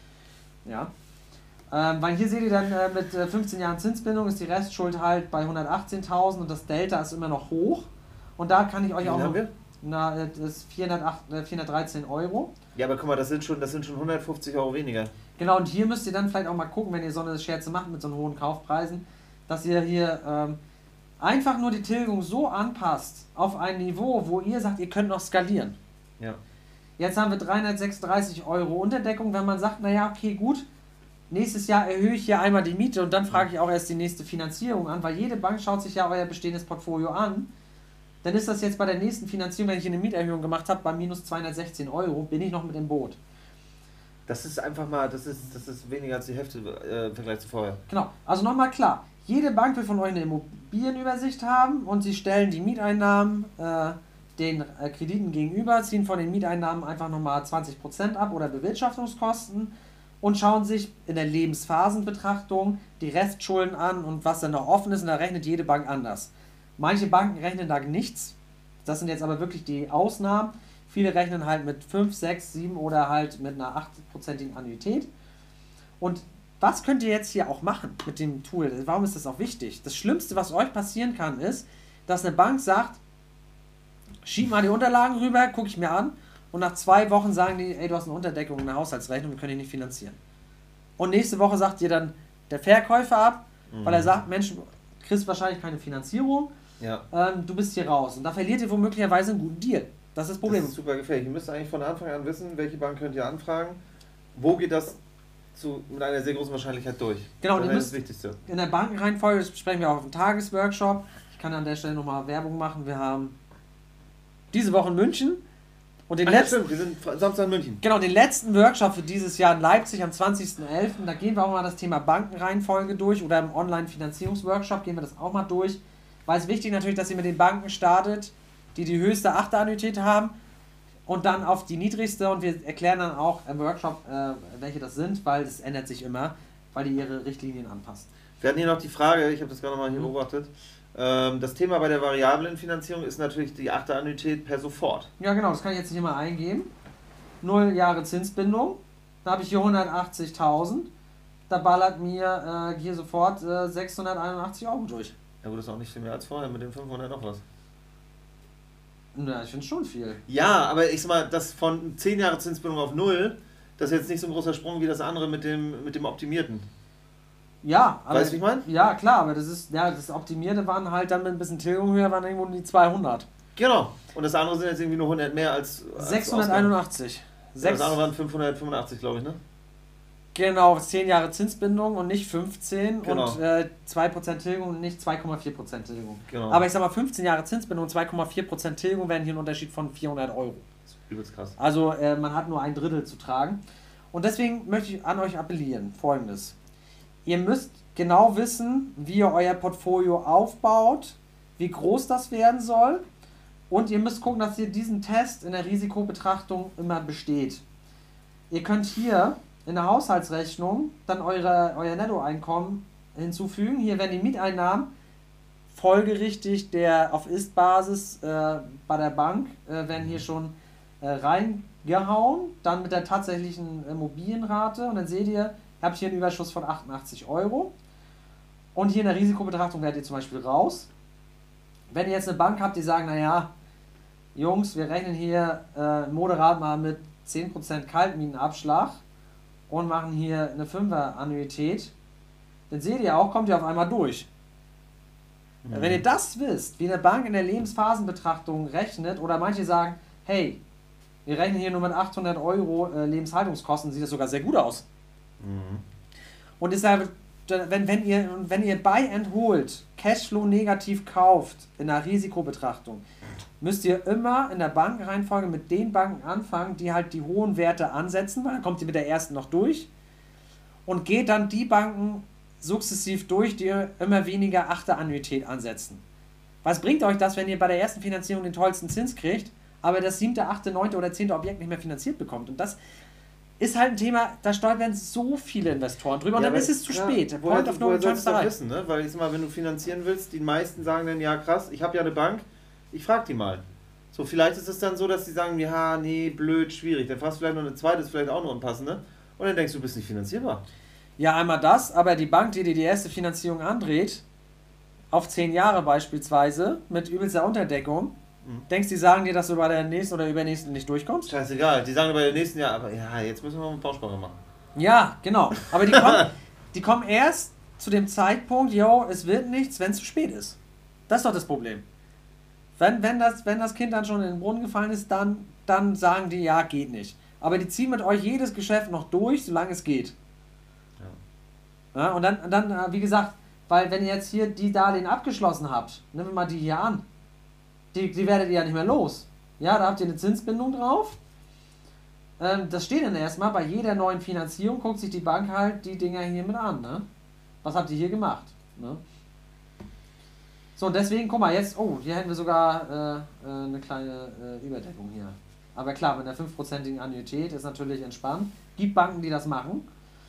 Ja. Ähm, weil hier seht ihr dann, äh, mit äh, fünfzehn Jahren Zinsbindung ist die Restschuld halt bei hundertachtzehntausend und das Delta ist immer noch hoch. Und da kann ich euch Wie auch viel noch... haben wir? Na, das ist vierhundertacht, äh, vierhundertdreizehn Euro. Ja, aber guck mal, das sind schon, das sind schon hundertfünfzig Euro weniger. Genau, und hier müsst ihr dann vielleicht auch mal gucken, wenn ihr so eine Scherze macht mit so hohen Kaufpreisen, dass ihr hier ähm, einfach nur die Tilgung so anpasst auf ein Niveau, wo ihr sagt, ihr könnt noch skalieren. Ja. Jetzt haben wir dreihundertsechsunddreißig Euro Unterdeckung, wenn man sagt, naja, okay, gut, nächstes Jahr erhöhe ich hier einmal die Miete und dann frage ich auch erst die nächste Finanzierung an, weil jede Bank schaut sich ja euer bestehendes Portfolio an. Dann ist das jetzt bei der nächsten Finanzierung, wenn ich eine Mieterhöhung gemacht habe, bei minus zweihundertsechzehn Euro, bin ich noch mit im Boot. Das ist einfach mal, das ist, das ist weniger als die Hälfte äh, im Vergleich zu vorher. Genau, also nochmal klar, jede Bank will von euch eine Immobilienübersicht haben und sie stellen die Mieteinnahmen äh, den äh, Krediten gegenüber, ziehen von den Mieteinnahmen einfach nochmal zwanzig Prozent ab oder Bewirtschaftungskosten und schauen sich in der Lebensphasenbetrachtung die Restschulden an und was dann noch offen ist und da rechnet jede Bank anders. Manche Banken rechnen da nichts, das sind jetzt aber wirklich die Ausnahmen. Viele rechnen halt mit fünf, sechs, sieben oder halt mit einer acht-prozentigen Annuität. Und was könnt ihr jetzt hier auch machen mit dem Tool? Warum ist das auch wichtig? Das Schlimmste, was euch passieren kann, ist, dass eine Bank sagt, schieb mal die Unterlagen rüber, gucke ich mir an und nach zwei Wochen sagen die, ey, du hast eine Unterdeckung, eine Haushaltsrechnung, wir können dich nicht finanzieren. Und nächste Woche sagt dir dann der Verkäufer ab, mhm. weil er sagt, Mensch, du kriegst wahrscheinlich keine Finanzierung, ja. ähm, du bist hier raus. Und da verliert ihr womöglicherweise einen guten Deal. Das ist das Problem. Das ist super gefährlich. Ihr müsst eigentlich von Anfang an wissen, welche Bank könnt ihr anfragen, wo geht das zu, mit einer sehr großen Wahrscheinlichkeit durch. Genau, das ist das Wichtigste. In der Bankenreihenfolge, das besprechen wir auch auf dem Tagesworkshop. Ich kann an der Stelle nochmal Werbung machen. Wir haben diese Woche in München und den Ach, letzten, ja, stimmt, wir sind Samstag in München. Genau, den letzten Workshop für dieses Jahr in Leipzig am zwanzigsten elften Da gehen wir auch mal das Thema Bankenreihenfolge durch oder im Online-Finanzierungsworkshop gehen wir das auch mal durch. Weil es wichtig natürlich, dass ihr mit den Banken startet, die die höchste Achterannuität haben und dann auf die niedrigste und wir erklären dann auch im Workshop, äh, welche das sind, weil das ändert sich immer, weil die ihre Richtlinien anpassen. Wir hatten hier noch die Frage, ich habe das gerade noch mal hier beobachtet, ähm, das Thema bei der variablen Finanzierung ist natürlich die Achterannuität per sofort. Ja genau, das kann ich jetzt hier mal eingeben. null Jahre Zinsbindung, da habe ich hier hundertachtzigtausend, da ballert mir äh, hier sofort äh, sechshunderteinundachtzig Euro durch. Ja gut, das ist auch nicht viel mehr als vorher mit den fünfhundert noch was. Na, ich finde schon viel. Ja, aber ich sag mal, das von zehn Jahre Zinsbindung auf null, das ist jetzt nicht so ein großer Sprung wie das andere mit dem, mit dem Optimierten. Ja, aber... Weißt du, wie ich meine? Ja, klar, aber das ist, ja, das Optimierte waren halt dann mit ein bisschen Tilgung höher, waren irgendwo die zweihundert. Genau. Und das andere sind jetzt irgendwie nur hundert mehr als... als sechshunderteinundachtzig. Ja, das andere waren fünfhundertfünfundachtzig, glaube ich, ne? Genau, zehn Jahre Zinsbindung und nicht fünfzehn genau. und äh, zwei Prozent Tilgung und nicht zwei Komma vier Prozent Tilgung. Genau. Aber ich sag mal, fünfzehn Jahre Zinsbindung und zwei Komma vier Prozent Tilgung wären hier ein Unterschied von vierhundert Euro. Das ist übelst krass. Also äh, man hat nur ein Drittel zu tragen. Und deswegen möchte ich an euch appellieren, Folgendes. Ihr müsst genau wissen, wie ihr euer Portfolio aufbaut, wie groß das werden soll und ihr müsst gucken, dass ihr diesen Test in der Risikobetrachtung immer besteht. Ihr könnt hier in der Haushaltsrechnung dann eure, euer Nettoeinkommen hinzufügen. Hier werden die Mieteinnahmen folgerichtig der auf Ist-Basis äh, bei der Bank äh, werden hier schon äh, reingehauen, dann mit der tatsächlichen Immobilienrate und dann seht ihr, ihr habt hier einen Überschuss von achtundachtzig Euro und hier in der Risikobetrachtung werdet ihr zum Beispiel raus. Wenn ihr jetzt eine Bank habt, die sagen, naja, Jungs, wir rechnen hier äh, moderat mal mit zehn Prozent Kaltmienabschlag und machen hier eine Fünfer-Annuität, dann seht ihr auch, kommt ihr auf einmal durch. Mhm. Wenn ihr das wisst, wie eine Bank in der Lebensphasenbetrachtung rechnet, oder manche sagen, hey, wir rechnen hier nur mit achthundert Euro äh, Lebenshaltungskosten, sieht das sogar sehr gut aus. Mhm. Und deshalb, wenn, wenn ihr, wenn ihr Buy and Hold Cashflow negativ kauft in der Risikobetrachtung, müsst ihr immer in der Bankenreihenfolge mit den Banken anfangen, die halt die hohen Werte ansetzen, weil dann kommt ihr mit der ersten noch durch und geht dann die Banken sukzessiv durch, die immer weniger Achterannuität ansetzen. Was bringt euch das, wenn ihr bei der ersten Finanzierung den tollsten Zins kriegt, aber das siebte, achte, neunte oder zehnte Objekt nicht mehr finanziert bekommt? Und das ist halt ein Thema, da stolpern so viele Investoren drüber und Ja, dann aber ist es zu klar, spät. Der Woher, Point of no woher return sollst ist du das erreicht. wissen, ne? Weil ich sag mal, wenn du finanzieren willst, die meisten sagen dann, ja krass, ich habe ja eine Bank, ich frage die mal. So, vielleicht ist es dann so, dass die sagen, ja, nee, blöd, schwierig. Dann fragst du vielleicht noch eine zweite, ist vielleicht auch noch unpassende. Und dann denkst du, du bist nicht finanzierbar. Ja, einmal das, aber die Bank, die dir die erste Finanzierung andreht, auf zehn Jahre beispielsweise, mit übelster Unterdeckung, mhm. denkst du, die sagen dir, dass du bei der nächsten oder übernächsten nicht durchkommst? Scheißegal, die sagen bei der nächsten Jahr, aber ja, jetzt müssen wir mal eine Bausparung machen. Ja, genau. Aber die kommen, die kommen erst zu dem Zeitpunkt, yo, es wird nichts, wenn es zu spät ist. Das ist doch das Problem. Wenn, wenn, das, wenn das Kind dann schon in den Brunnen gefallen ist, dann, dann sagen die, ja, geht nicht. Aber die ziehen mit euch jedes Geschäft noch durch, solange es geht. Ja. Ja, und dann, dann, wie gesagt, weil wenn ihr jetzt hier die Darlehen abgeschlossen habt, nehmen wir mal die hier an, die, die werdet ihr ja nicht mehr los. Ja, da habt ihr eine Zinsbindung drauf. Ähm, das steht dann erstmal, bei jeder neuen Finanzierung guckt sich die Bank halt die Dinger hier mit an. Ne? Was habt ihr hier gemacht? Ne? So, und deswegen, guck mal, jetzt, oh, hier hätten wir sogar äh, äh, eine kleine äh, Überdeckung hier. Aber klar, mit einer fünfprozentigen Annuität ist natürlich entspannt. Gibt Banken, die das machen.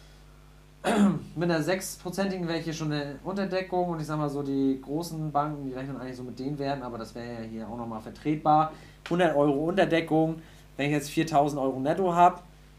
Mit einer sechsprozentigen wäre hier schon eine Unterdeckung und ich sag mal so, die großen Banken, die rechnen eigentlich so mit den Werten, aber das wäre ja hier auch nochmal vertretbar. hundert Euro Unterdeckung, wenn ich jetzt viertausend Euro netto habe,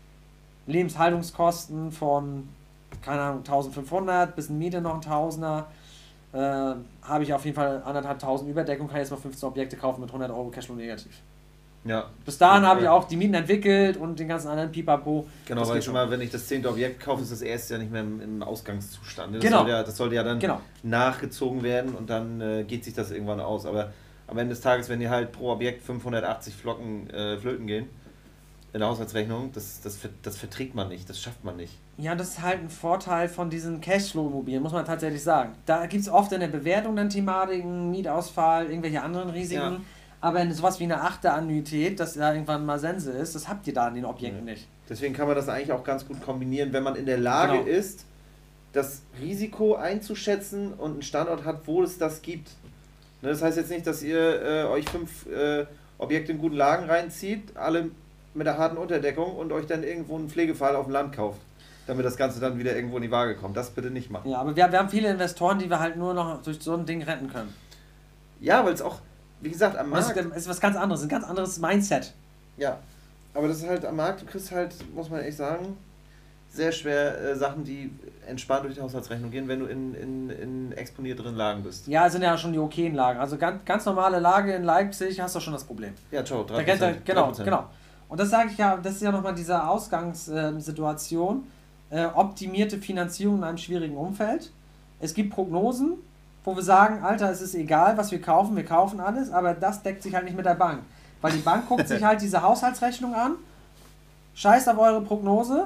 Lebenshaltungskosten von, keine Ahnung, eintausendfünfhundert, bis Miete noch ein Tausender, äh, habe ich auf jeden Fall anderthalbtausend Überdeckung, kann jetzt mal fünfzehn Objekte kaufen mit hundert Euro Cashflow negativ. Ja. Bis dahin habe ich auch die Mieten entwickelt und den ganzen anderen Pipapo. Genau, weil schon mal, wenn ich das zehnte Objekt kaufe, ist das erste ja nicht mehr im, im Ausgangszustand. Das genau. Soll ja, das sollte ja dann genau. nachgezogen werden und dann äh, geht sich das irgendwann aus. Aber am Ende des Tages, wenn dir halt pro Objekt fünfhundertachtzig Flocken äh, flöten gehen in der Haushaltsrechnung, das, das, das verträgt man nicht, das schafft man nicht. Ja, das ist halt ein Vorteil von diesen Cashflow-Immobilien, muss man tatsächlich sagen. Da gibt es oft in der Bewertung dann Thematiken, Mietausfall, irgendwelche anderen Risiken. Ja. Aber sowas wie eine achte Annuität, dass da irgendwann mal Sense ist, das habt ihr da in den Objekten ja. nicht. Deswegen kann man das eigentlich auch ganz gut kombinieren, wenn man in der Lage genau. ist, das Risiko einzuschätzen und einen Standort hat, wo es das gibt. Ne, das heißt jetzt nicht, dass ihr äh, euch fünf äh, Objekte in guten Lagen reinzieht, alle mit der harten Unterdeckung und euch dann irgendwo einen Pflegefall auf dem Land kauft, damit das Ganze dann wieder irgendwo in die Waage kommt. Das bitte nicht machen. Ja, aber wir, wir haben viele Investoren, die wir halt nur noch durch so ein Ding retten können. Ja, weil es auch, wie gesagt, am Markt... Das ist, ist was ganz anderes, ein ganz anderes Mindset. Ja, aber das ist halt am Markt, du kriegst halt, muss man echt sagen, sehr schwer äh, Sachen, die entspannt durch die Haushaltsrechnung gehen, wenn du in, in, in exponierteren Lagen bist. Ja, es sind ja schon die okayen Lagen. Also ganz, ganz normale Lage in Leipzig hast du schon das Problem. Ja, ciao, drei Prozent. Prozent. Genau, drei Prozent. genau. Und das sage ich ja, das ist ja nochmal diese Ausgangssituation. Äh, optimierte Finanzierung in einem schwierigen Umfeld. Es gibt Prognosen, wo wir sagen, Alter, es ist egal, was wir kaufen, wir kaufen alles, aber das deckt sich halt nicht mit der Bank. Weil die Bank guckt sich halt diese Haushaltsrechnung an, scheißt auf eure Prognose,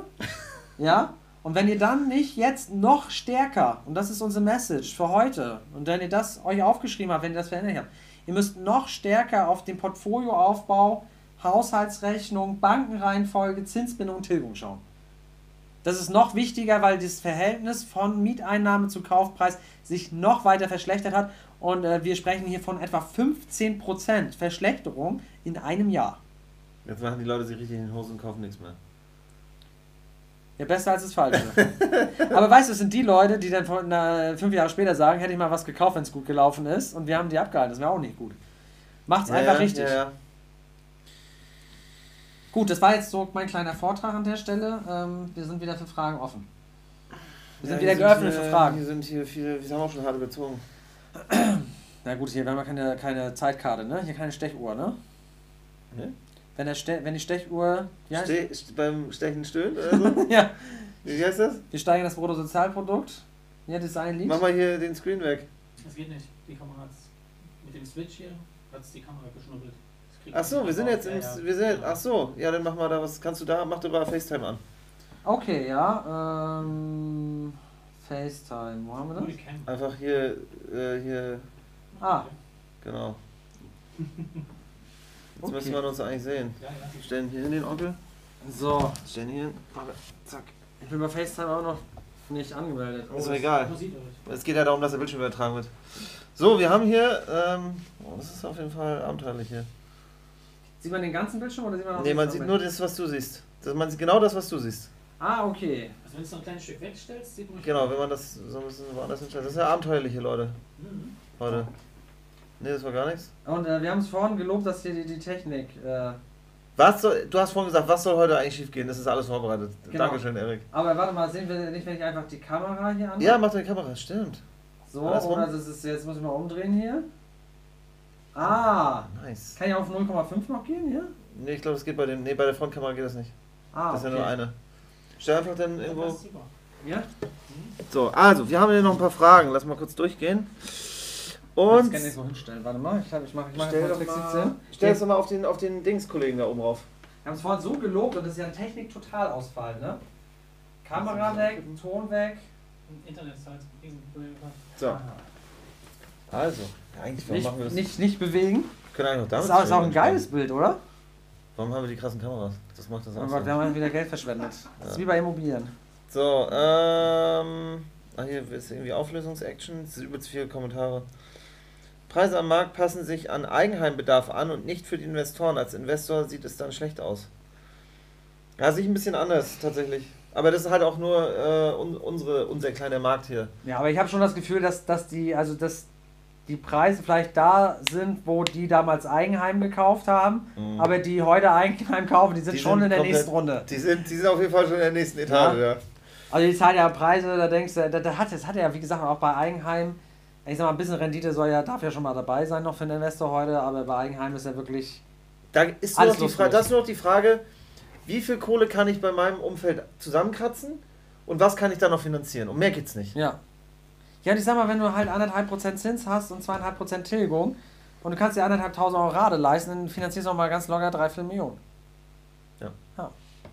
ja, und wenn ihr dann nicht jetzt noch stärker, und das ist unsere Message für heute, und wenn ihr das euch aufgeschrieben habt, wenn ihr das verändert habt, ihr müsst noch stärker auf den Portfolioaufbau, Haushaltsrechnung, Bankenreihenfolge, Zinsbindung und Tilgung schauen. Das ist noch wichtiger, weil das Verhältnis von Mieteinnahme zu Kaufpreis sich noch weiter verschlechtert hat und äh, wir sprechen hier von etwa fünfzehn Prozent Verschlechterung in einem Jahr. Jetzt machen die Leute sich richtig in den Hosen und kaufen nichts mehr. Ja, besser als das Falsche. Aber weißt du, es sind die Leute, die dann von, na, fünf Jahre später sagen, hätte ich mal was gekauft, wenn es gut gelaufen ist und wir haben die abgehalten. Das wäre auch nicht gut. Macht's Ja, einfach ja, richtig. Ja, ja. Gut, das war jetzt so mein kleiner Vortrag an der Stelle. Ähm, wir sind wieder für Fragen offen. Wir sind Ja, wieder geöffnet hier, für Fragen. Hier sind hier viele, wir haben auch schon hart überzogen. Na gut, hier haben wir keine, keine Zeitkarte, ne? Hier keine Stechuhr, ne? Ne? Wenn, der Ste wenn die Stechuhr... Ja, Ste st beim Stechen stöhnt oder so? ja. Wie heißt das? Wir steigern das Bruttosozialprodukt. Ja, Design liegt. Mach mal hier den Screen weg. Das geht nicht. Die Kamera hat mit dem Switch hier hat die Kamera geschnuppelt. Ach so, wir sind jetzt im, ja, ja. wir sind jetzt, ach so, ja, dann mach mal da was, kannst du da, mach doch mal FaceTime an. Okay, ja, ähm, FaceTime, wo haben wir das? Einfach hier, äh, hier, Ah, genau. Jetzt Okay. müssen wir uns eigentlich sehen. Ja, ja. Stellen hier hin den Onkel. so, Stellen hier hin. Warte, zack. ich bin bei FaceTime auch noch nicht angemeldet. Ist doch egal. Man sieht euch. Es geht ja darum, dass der Bildschirm übertragen wird. So, wir haben hier, ähm, oh, das ist auf jeden Fall abenteuerlich hier. Sieht man den ganzen Bildschirm oder sieht man auch Nee, man das sieht Bild? nur das, was du siehst. Das, man sieht genau das, was du siehst. Ah, okay. Also wenn du es noch ein kleines Stück wegstellst, sieht man Genau, wenn man das so ein bisschen woanders hinstellt. Das ist ja abenteuerlich hier, Leute. Mhm. Leute. Nee, das war gar nichts. Und äh, wir haben es vorhin gelobt, dass hier die, die Technik. Äh, Was soll, du hast vorhin gesagt, was soll heute eigentlich schief gehen? Das ist alles vorbereitet. Genau. Dankeschön, Erik. aber warte mal, sehen wir nicht, wenn ich einfach die Kamera hier an? Ja, mach doch die Kamera, stimmt. So, Andersrum? oder das ist jetzt muss ich mal umdrehen hier. Ah, Nice. kann ich auf null Komma fünf noch gehen hier? Nee, ich glaube, es geht bei dem. Nee, bei der Frontkamera geht das nicht. Ah, Das ist okay. ja nur eine. Stell einfach dann Das irgendwo. passt super. Ja? So, also, wir haben hier noch ein paar Fragen. Lass mal kurz durchgehen. Und Und. kann ich so hinstellen. Warte mal, ich, hab, ich mache ich mach Stell jetzt doch mal Trick mal, siebzehn. stell es doch mal auf den, auf den Dings-Kollegen da oben rauf. Wir haben es vorhin so gelobt und das ist ja ein Technik-Totalausfall, ne? Kamera weg, Ton weg. Internetzeit, diesen Problem gehabt. So, also. Ja, eigentlich, warum Nicht, machen wir das? nicht, nicht bewegen. Können eigentlich noch Das damit ist auch, ist auch ein filmen, geiles Bild, oder? Warum haben wir die krassen Kameras? Das macht das Oh auch Gott, wir so. haben wieder Geld verschwendet. Das ist Ja. wie bei Immobilien. So, ähm. Ah, hier ist irgendwie Auflösungs-Action. Es sind übelst viele Kommentare. Preise am Markt passen sich an Eigenheimbedarf an und nicht für die Investoren. Als Investor sieht es dann schlecht aus. Ja, sehe ich ein bisschen anders tatsächlich. Aber das ist halt auch nur äh, un unsere, unser kleiner Markt hier. Ja, aber ich habe schon das Gefühl, dass, dass die, also dass die Preise vielleicht da sind, wo die damals Eigenheim gekauft haben, Mhm. aber die heute Eigenheim kaufen, die sind Die schon sind in der komplett- nächsten Runde. Die sind, die sind auf jeden Fall schon in der nächsten Etage, ja. Also die zahlen ja Preise, da denkst du, da, da hat, das hat ja wie gesagt auch bei Eigenheim, ich sag mal, ein bisschen Rendite soll ja, darf ja schon mal dabei sein noch für den Investor heute, aber bei Eigenheim ist ja wirklich, Da ist nur Alles noch die losgelöst. Frage, das ist nur noch die Frage, wie viel Kohle kann ich bei meinem Umfeld zusammenkratzen und was kann ich da noch finanzieren? Um mehr geht's nicht. ja. Ja, und ich sag mal, wenn du halt anderthalb Prozent Zins hast und zweieinhalb Prozent Tilgung und du kannst dir anderthalb tausend Euro Rate leisten, dann finanzierst du auch mal ganz locker drei, vier Millionen. Ja. Ja.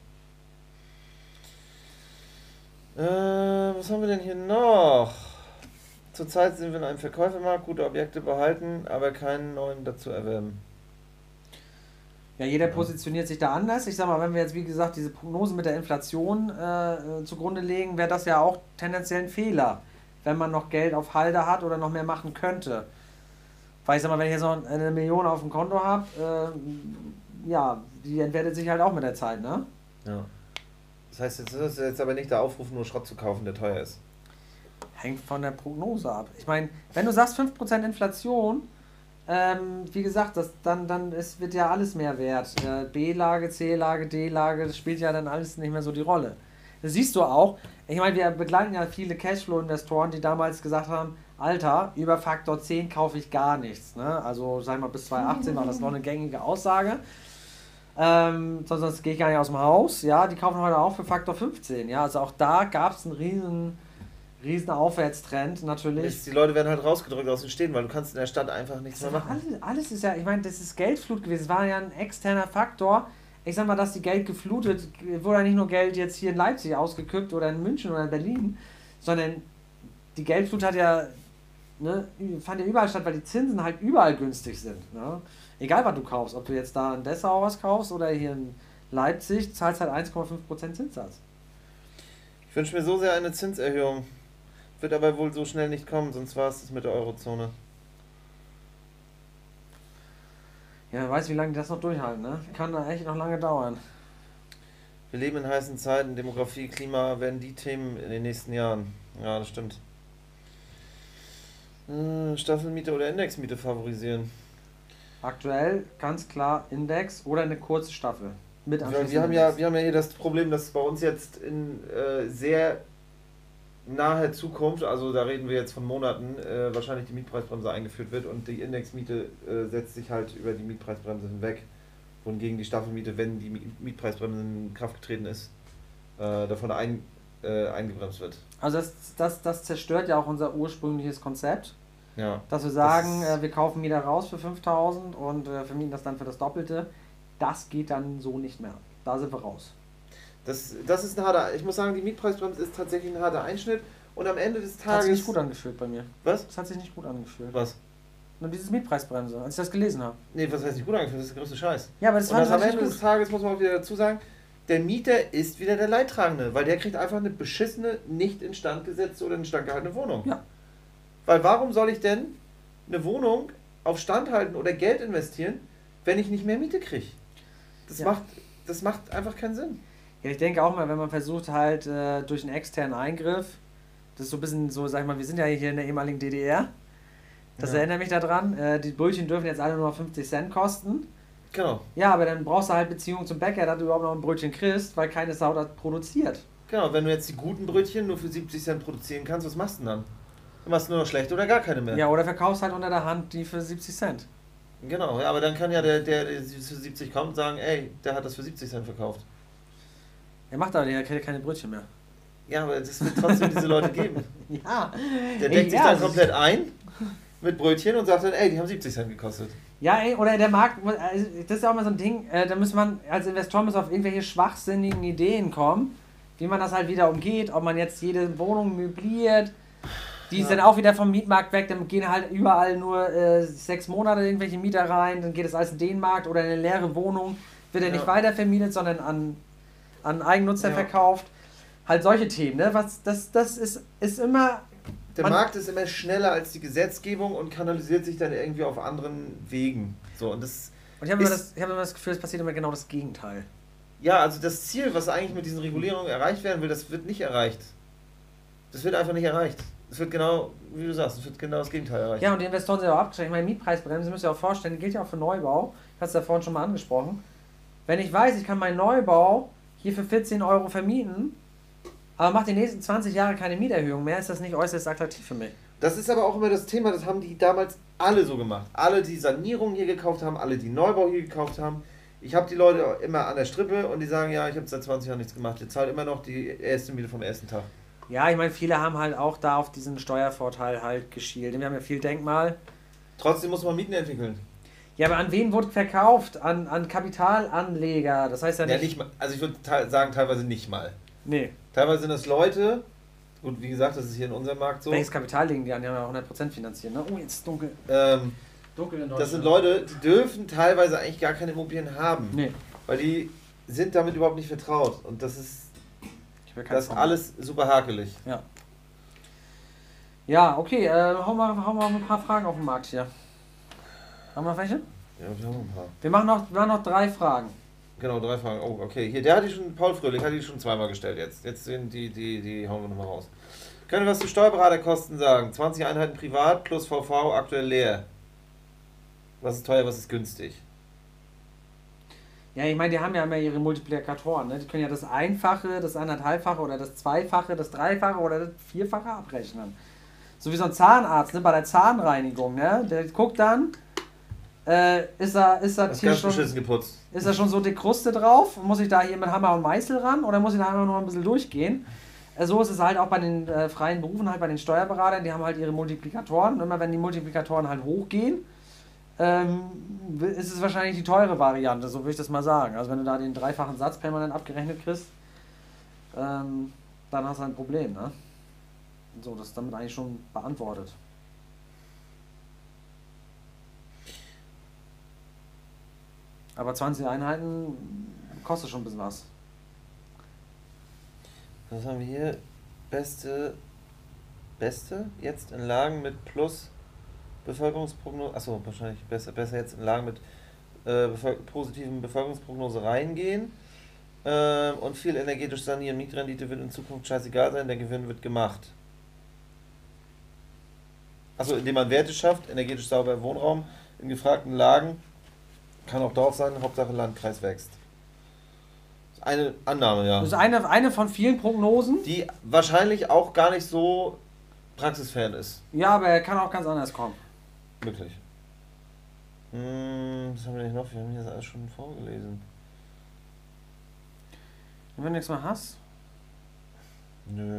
Äh, was haben wir denn hier noch? Zurzeit sind wir in einem Verkäufermarkt, gute Objekte behalten, aber keinen neuen dazu erwerben. Ja, jeder positioniert sich da anders. Ich sag mal, wenn wir jetzt, wie gesagt, diese Prognose mit der Inflation äh, äh, zugrunde legen, wäre das ja auch tendenziell ein Fehler, wenn man noch Geld auf Halde hat oder noch mehr machen könnte. Weil ich sag mal, wenn ich jetzt noch eine Million auf dem Konto habe, äh, ja, die entwertet sich halt auch mit der Zeit, ne? Ja. Das heißt, jetzt ist jetzt aber nicht der Aufruf, nur Schrott zu kaufen, der teuer ist. Hängt von der Prognose ab. Ich meine, wenn du sagst fünf Prozent Inflation, ähm, wie gesagt, das, dann, dann ist, wird ja alles mehr wert. Äh, B-Lage, C-Lage, D-Lage, das spielt ja dann alles nicht mehr so die Rolle. Das siehst du auch. Ich meine, wir begleiten ja viele Cashflow-Investoren, die damals gesagt haben, Alter, über Faktor zehn kaufe ich gar nichts. Ne? Also, sag mal, bis zwanzig achtzehn war das noch eine gängige Aussage. Ähm, sonst, sonst gehe ich gar nicht aus dem Haus. Ja, die kaufen heute auch für Faktor fünfzehn. Ja, also auch da gab es einen riesen, riesen Aufwärtstrend natürlich. Ist, die Leute werden halt rausgedrückt aus den Städten, weil du kannst in der Stadt einfach nichts mehr machen. Alles, alles ist ja, ich meine, das ist Geldflut gewesen. Es war ja ein externer Faktor. Ich sag mal, dass die Geld geflutet, wurde ja nicht nur Geld jetzt hier in Leipzig ausgekippt oder in München oder in Berlin, sondern die Geldflut hat ja, ne, fand ja überall statt, weil die Zinsen halt überall günstig sind. Ne? Egal, was du kaufst, ob du jetzt da in Dessau was kaufst oder hier in Leipzig, zahlst halt eins Komma fünf Prozent Zinssatz. Ich wünsche mir so sehr eine Zinserhöhung. Wird aber wohl so schnell nicht kommen, sonst war es das mit der Eurozone. Ja, wer weiß, wie lange die das noch durchhalten, ne? Kann da echt noch lange dauern. Wir leben in heißen Zeiten, Demografie, Klima werden die Themen in den nächsten Jahren. Ja, das stimmt. Äh, Staffelmiete oder Indexmiete favorisieren. Aktuell ganz klar Index oder eine kurze Staffel. Mit Wir, anschließendem wir, haben ja, Index. wir haben ja hier das Problem, dass bei uns jetzt in äh, sehr naher Zukunft, also da reden wir jetzt von Monaten, äh, wahrscheinlich die Mietpreisbremse eingeführt wird und die Indexmiete äh, setzt sich halt über die Mietpreisbremse hinweg. Wohingegen die Staffelmiete, wenn die Mietpreisbremse in Kraft getreten ist, äh, davon ein, äh, eingebremst wird. Also das, das, das zerstört ja auch unser ursprüngliches Konzept, Ja. dass wir sagen, Das- äh, wir kaufen Mieter raus für fünftausend und äh, vermieten das dann für das Doppelte. Das geht dann so nicht mehr. Da sind wir raus. Das, das ist ein harter, ich muss sagen, die Mietpreisbremse ist tatsächlich ein harter Einschnitt und am Ende des Das Tages... hat sich nicht gut angefühlt bei mir. Was? Das hat sich nicht gut angefühlt. Was? Nur dieses Mietpreisbremse, als ich das gelesen habe. Nee, was heißt nicht gut angefühlt? Das ist der größte Scheiß. Ja, aber das Und war das am natürlich Ende des gut. Tages, muss man auch wieder dazu sagen, der Mieter ist wieder der Leidtragende, weil der kriegt einfach eine beschissene, nicht instand gesetzte oder instand gehaltene Wohnung. Ja. Weil warum soll ich denn eine Wohnung auf Stand halten oder Geld investieren, wenn ich nicht mehr Miete kriege? Das, Ja. macht, das macht einfach keinen Sinn. Ja, ich denke auch mal, wenn man versucht halt äh, durch einen externen Eingriff, das ist so ein bisschen so, sag ich mal, wir sind ja hier in der ehemaligen D D R, das Ja. erinnert mich daran, äh, die Brötchen dürfen jetzt alle nur noch fünfzig Cent kosten. Genau. Ja, aber dann brauchst du halt Beziehung zum Bäcker, dass du überhaupt noch ein Brötchen kriegst, weil keine Sau das produziert. Genau, wenn du jetzt die guten Brötchen nur für siebzig Cent produzieren kannst, was machst du denn dann? Du machst nur noch schlechte oder gar keine mehr. Ja, oder verkaufst halt unter der Hand die für siebzig Cent. Genau, ja, aber dann kann ja der, der, der für siebzig kommt, sagen, ey, der hat das für siebzig Cent verkauft. Er macht aber der kriegt keine Brötchen mehr. Ja, aber es wird trotzdem diese Leute geben. Ja. Der Ey, deckt sich ja, dann also komplett ein mit Brötchen und sagt dann, ey, die haben siebzig Cent gekostet. Ja, ey, oder der Markt, also das ist ja auch mal so ein Ding, äh, da muss man als Investor muss auf irgendwelche schwachsinnigen Ideen kommen, wie man das halt wieder umgeht, ob man jetzt jede Wohnung möbliert, die ist Ja. dann auch wieder vom Mietmarkt weg, dann gehen halt überall nur äh, sechs Monate irgendwelche Mieter rein, dann geht es alles in den Markt oder in eine leere Wohnung, wird er Ja. nicht weiter vermietet, sondern an, an Eigennutzer Ja. verkauft. Halt solche Themen, ne? Was, das, das ist, ist immer... Der Man- Markt ist immer schneller als die Gesetzgebung und kanalisiert sich dann irgendwie auf anderen Wegen. So, und das, Und ich habe immer, Ist- das- ich hab immer das Gefühl, es passiert immer genau das Gegenteil. ja, also das Ziel, was eigentlich mit diesen Regulierungen erreicht werden will, das wird nicht erreicht. Das wird einfach nicht erreicht. Es wird genau, wie du sagst, es wird genau das Gegenteil erreicht. Ja, und die Investoren sind ja auch abgeschreckt. Ich meine, Mietpreisbremse, Sie müssen sich auch vorstellen, die gilt ja auch für Neubau. Ich hatte es ja vorhin schon mal angesprochen. Wenn ich weiß, ich kann meinen Neubau hier für vierzehn Euro vermieten, aber mache die nächsten zwanzig Jahre keine Mieterhöhung mehr, ist das nicht äußerst attraktiv für mich. Das ist aber auch immer das Thema, das haben die damals alle so gemacht. Alle, die Sanierung hier gekauft haben, alle, die Neubau hier gekauft haben. Ich habe die Leute immer an der Strippe und die sagen, ja, ich habe seit zwanzig Jahren nichts gemacht. Ihr zahlt immer noch die erste Miete vom ersten Tag. Ja, ich meine, viele haben halt auch da auf diesen Steuervorteil halt geschielt. Wir haben ja viel Denkmal. Trotzdem muss man Mieten entwickeln. Ja, aber an wen wurde verkauft? An, an Kapitalanleger. Das heißt ja Ja, nicht... nicht mal, also ich würde te sagen, teilweise nicht mal. Nee. Teilweise sind das Leute, gut, wie gesagt, das ist hier in unserem Markt so. Welches Kapital legen die an? Die haben ja hundert Prozent finanziert, ne? Oh, jetzt ist dunkel. Ähm, Dunkel in Deutschland. das sind Leute, die dürfen teilweise eigentlich gar keine Immobilien haben. Nee. Weil die sind damit überhaupt nicht vertraut. Und das ist, Ich will keinen das ist Song. alles super hakelig. Ja. Ja, okay, äh, hauen wir, hauen wir ein paar Fragen auf den Markt hier. Haben wir welche? Ja, wir haben ein paar. Wir machen noch, wir machen noch drei Fragen. Genau, drei Fragen. Oh, okay. Hier, der hat die schon, Paul Fröhlich hat die schon zweimal gestellt jetzt. Jetzt sind die, die, die hauen wir nochmal raus. Können wir was zu Steuerberaterkosten sagen? zwanzig Einheiten privat plus V V aktuell leer. Was ist teuer, was ist günstig? Ja, ich meine, die haben ja immer ihre Multiplikatoren. Ne? Die können ja das Einfache, das Anderthalbfache oder das Zweifache, das Dreifache oder das Vierfache abrechnen. So wie so ein Zahnarzt, ne? Bei der Zahnreinigung. Ne? Der guckt dann, äh, ist da, ist da Das ist hier ganz schon, beschissen geputzt. ist da schon so die Kruste drauf? Muss ich da hier mit Hammer und Meißel ran oder muss ich da einfach nur ein bisschen durchgehen? Äh, so ist es halt auch bei den äh, freien Berufen, halt bei den Steuerberatern, die haben halt ihre Multiplikatoren. Und immer wenn die Multiplikatoren halt hochgehen, ähm, ist es wahrscheinlich die teure Variante, so würde ich das mal sagen. Also wenn du da den dreifachen Satz permanent abgerechnet kriegst, ähm, dann hast du ein Problem, ne? So, das ist damit eigentlich schon beantwortet. Aber zwanzig Einheiten kostet schon ein bisschen was. Was haben wir hier? Beste, beste jetzt in Lagen mit Plus Bevölkerungsprognose. Achso, wahrscheinlich besser, besser jetzt in Lagen mit äh, bevöl positiven Bevölkerungsprognose reingehen. Ähm, und viel energetisch sanieren. Mietrendite wird in Zukunft scheißegal sein, der Gewinn wird gemacht. Achso, indem man Werte schafft, energetisch sauberer Wohnraum in gefragten Lagen, kann auch Dorf sein, Hauptsache Landkreis wächst. Das ist eine Annahme, ja. Das ist eine, eine von vielen Prognosen. Die wahrscheinlich auch gar nicht so praxisfern ist. Ja, aber er kann auch ganz anders kommen. Wirklich. Hm, was haben wir denn noch? Wir haben hier das alles schon vorgelesen. Und wenn du nichts mehr hast, Nö.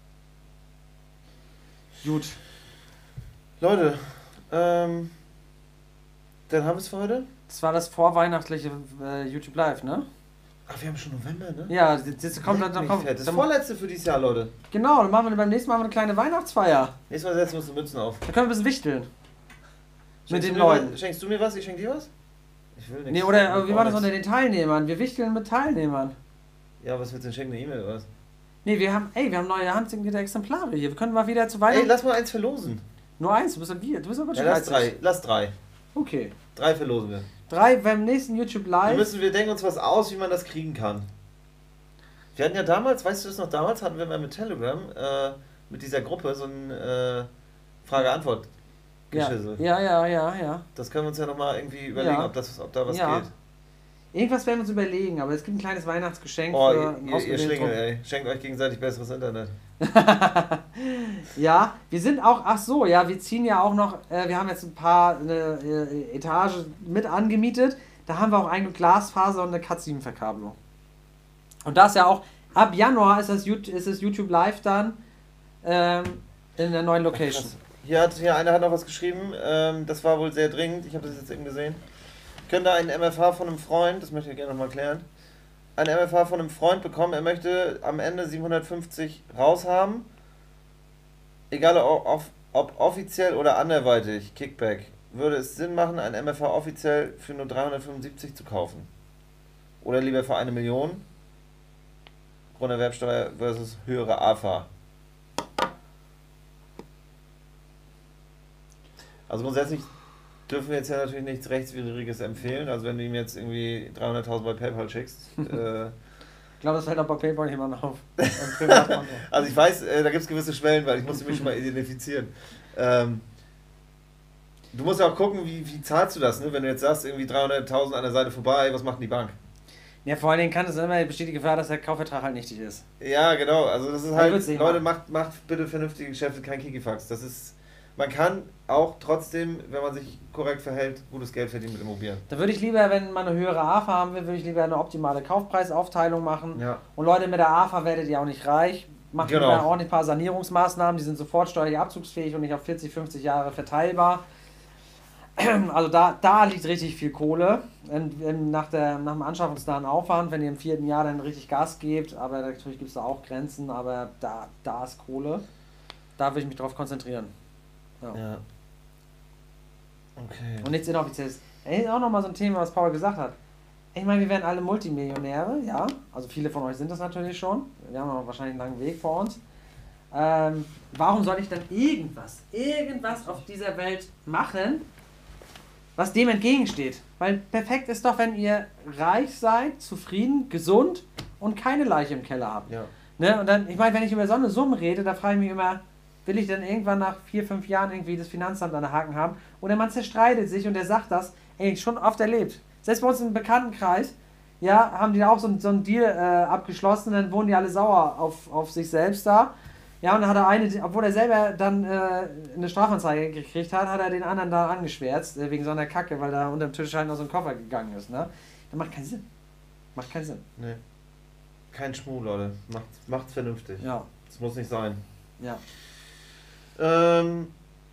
gut. Leute, ähm, dann haben wir es für heute. Das war das vorweihnachtliche äh, YouTube Live, ne? Ach, wir haben schon November, ne? Ja, jetzt jetzt kommt Leck dann mich kommt, fett. Das dann, vorletzte für dieses Jahr, Leute. genau, dann machen wir beim nächsten Mal eine kleine Weihnachtsfeier. Nächstes Mal setzen wir uns die Mützen auf. Da können wir ein bisschen wichteln. Mit Schenkst den du mir Leuten. Was? Schenkst du mir was? Ich schenk dir was? Ich will nichts. Nee, oder Ich äh, wie brauch war das nichts. unter den Teilnehmern? Wir wichteln mit Teilnehmern. Ja, was willst du denn schenken? Eine E-Mail oder was? Nee, wir haben, ey, wir haben neue handsignierte Exemplare hier. Wir können mal wieder zu Ey, Weihnachten... lass mal eins verlosen. Nur eins, du bist doch Gier. Du bist doch ganz Ja, schön lass geizig. drei. Lass drei. Okay. Drei verlosen wir. Drei beim nächsten YouTube Wir, Live. müssen, wir denken uns was aus, wie man das kriegen kann. Wir hatten ja damals, weißt du das noch, damals hatten wir mal mit Telegram, äh, mit dieser Gruppe so ein äh, Frage-Antwort-Geschissel. Ja, ja, ja, ja. Das können wir uns ja nochmal irgendwie überlegen, Ja. ob, das, ob da was Ja. geht. Irgendwas werden wir uns überlegen, aber es gibt ein kleines Weihnachtsgeschenk Oh, für ihr, einen ihr, ihr ausgewählten Schlingel, Trupp. ey. Schenkt euch gegenseitig besseres Internet. Ja, wir sind auch, ach so, ja, wir ziehen ja auch noch, äh, wir haben jetzt ein paar, eine äh, Etage mit angemietet. Da haben wir auch eine Glasfaser und eine Cat sieben Verkabelung. Und das ja auch, ab Januar ist das, YouTube, ist das YouTube Live dann ähm, in der neuen Location. Krass. Hier hat hier einer hat noch was geschrieben, ähm, das war wohl sehr dringend, ich habe das jetzt eben gesehen. Ich könnte einen M F H von einem Freund, das möchte ich gerne nochmal klären, einen M F H von einem Freund bekommen, er möchte am Ende siebenhundertfünfzig raushaben, egal ob, ob offiziell oder anderweitig, Kickback. Würde es Sinn machen, einen M F H offiziell für nur dreihundertfünfundsiebzig zu kaufen? Oder lieber für eine Million? Grunderwerbsteuer versus höhere A F A. Also grundsätzlich dürfen wir jetzt ja natürlich nichts Rechtswidriges empfehlen. Also wenn du ihm jetzt irgendwie dreihunderttausend bei PayPal schickst. äh, Ich glaube, das fällt auch bei PayPal jemand auf. Ein Privatkonto. also ich weiß, äh, da gibt es gewisse Schwellen, weil ich musste mich schon mal identifizieren. Ähm, du musst ja auch gucken, wie, wie zahlst du das, ne? Wenn du jetzt sagst, irgendwie dreihunderttausend an der Seite vorbei, was macht denn die Bank? Ja, vor allen Dingen kann es immer, besteht die Gefahr, dass der Kaufvertrag halt nichtig ist. Ja, genau. Also das ist Ja, halt, wird's nicht Leute, machen. macht, macht bitte vernünftige Geschäfte, kein Kikifax. Das ist, man kann auch trotzdem, wenn man sich korrekt verhält, gutes Geld verdienen mit Immobilien. Da würde ich lieber, wenn man eine höhere A F A haben will, würde ich lieber eine optimale Kaufpreisaufteilung machen. Ja. Und Leute, mit der A F A werdet ihr auch nicht reich. Macht Genau. lieber ordentlich ein paar Sanierungsmaßnahmen, die sind sofort steuerlich abzugsfähig und nicht auf vierzig, fünfzig Jahre verteilbar. Also da, da liegt richtig viel Kohle. In, in, nach, der, nach dem anschaffungsnahen Aufwand, wenn ihr im vierten Jahr dann richtig Gas gebt, aber natürlich gibt es da auch Grenzen, aber da, da ist Kohle. Da würde ich mich drauf konzentrieren. Ja. Ja. Okay. Und nichts Inoffizielles. Ey, auch nochmal so ein Thema, was Paul gesagt hat. Ich meine, wir werden alle Multimillionäre, ja. Also viele von euch sind das natürlich schon. Wir haben noch wahrscheinlich einen langen Weg vor uns. Ähm, warum soll ich dann irgendwas, irgendwas auf dieser Welt machen, was dem entgegensteht? Weil perfekt ist doch, wenn ihr reich seid, zufrieden, gesund und keine Leiche im Keller habt. Ja. Ne? Und dann, ich meine, wenn ich über so eine Summe rede, da frage ich mich immer, will ich dann irgendwann nach vier, fünf Jahren irgendwie das Finanzamt an den Haken haben? Oder man zerstreitet sich und der sagt das, ey, schon oft erlebt. Selbst bei uns im Bekanntenkreis, ja, haben die auch so, so einen Deal äh, abgeschlossen, dann wurden die alle sauer auf, auf sich selbst da. Ja, und dann hat er eine, obwohl er selber dann äh, eine Strafanzeige gekriegt hat, hat er den anderen da angeschwärzt, äh, wegen so einer Kacke, weil da unter dem Tisch halt noch so ein Koffer gegangen ist, ne? Das macht keinen Sinn. Macht keinen Sinn. Nee. Kein Schmuh, Leute. Macht's, macht's vernünftig. Ja, Das muss nicht sein. ja. Ähm,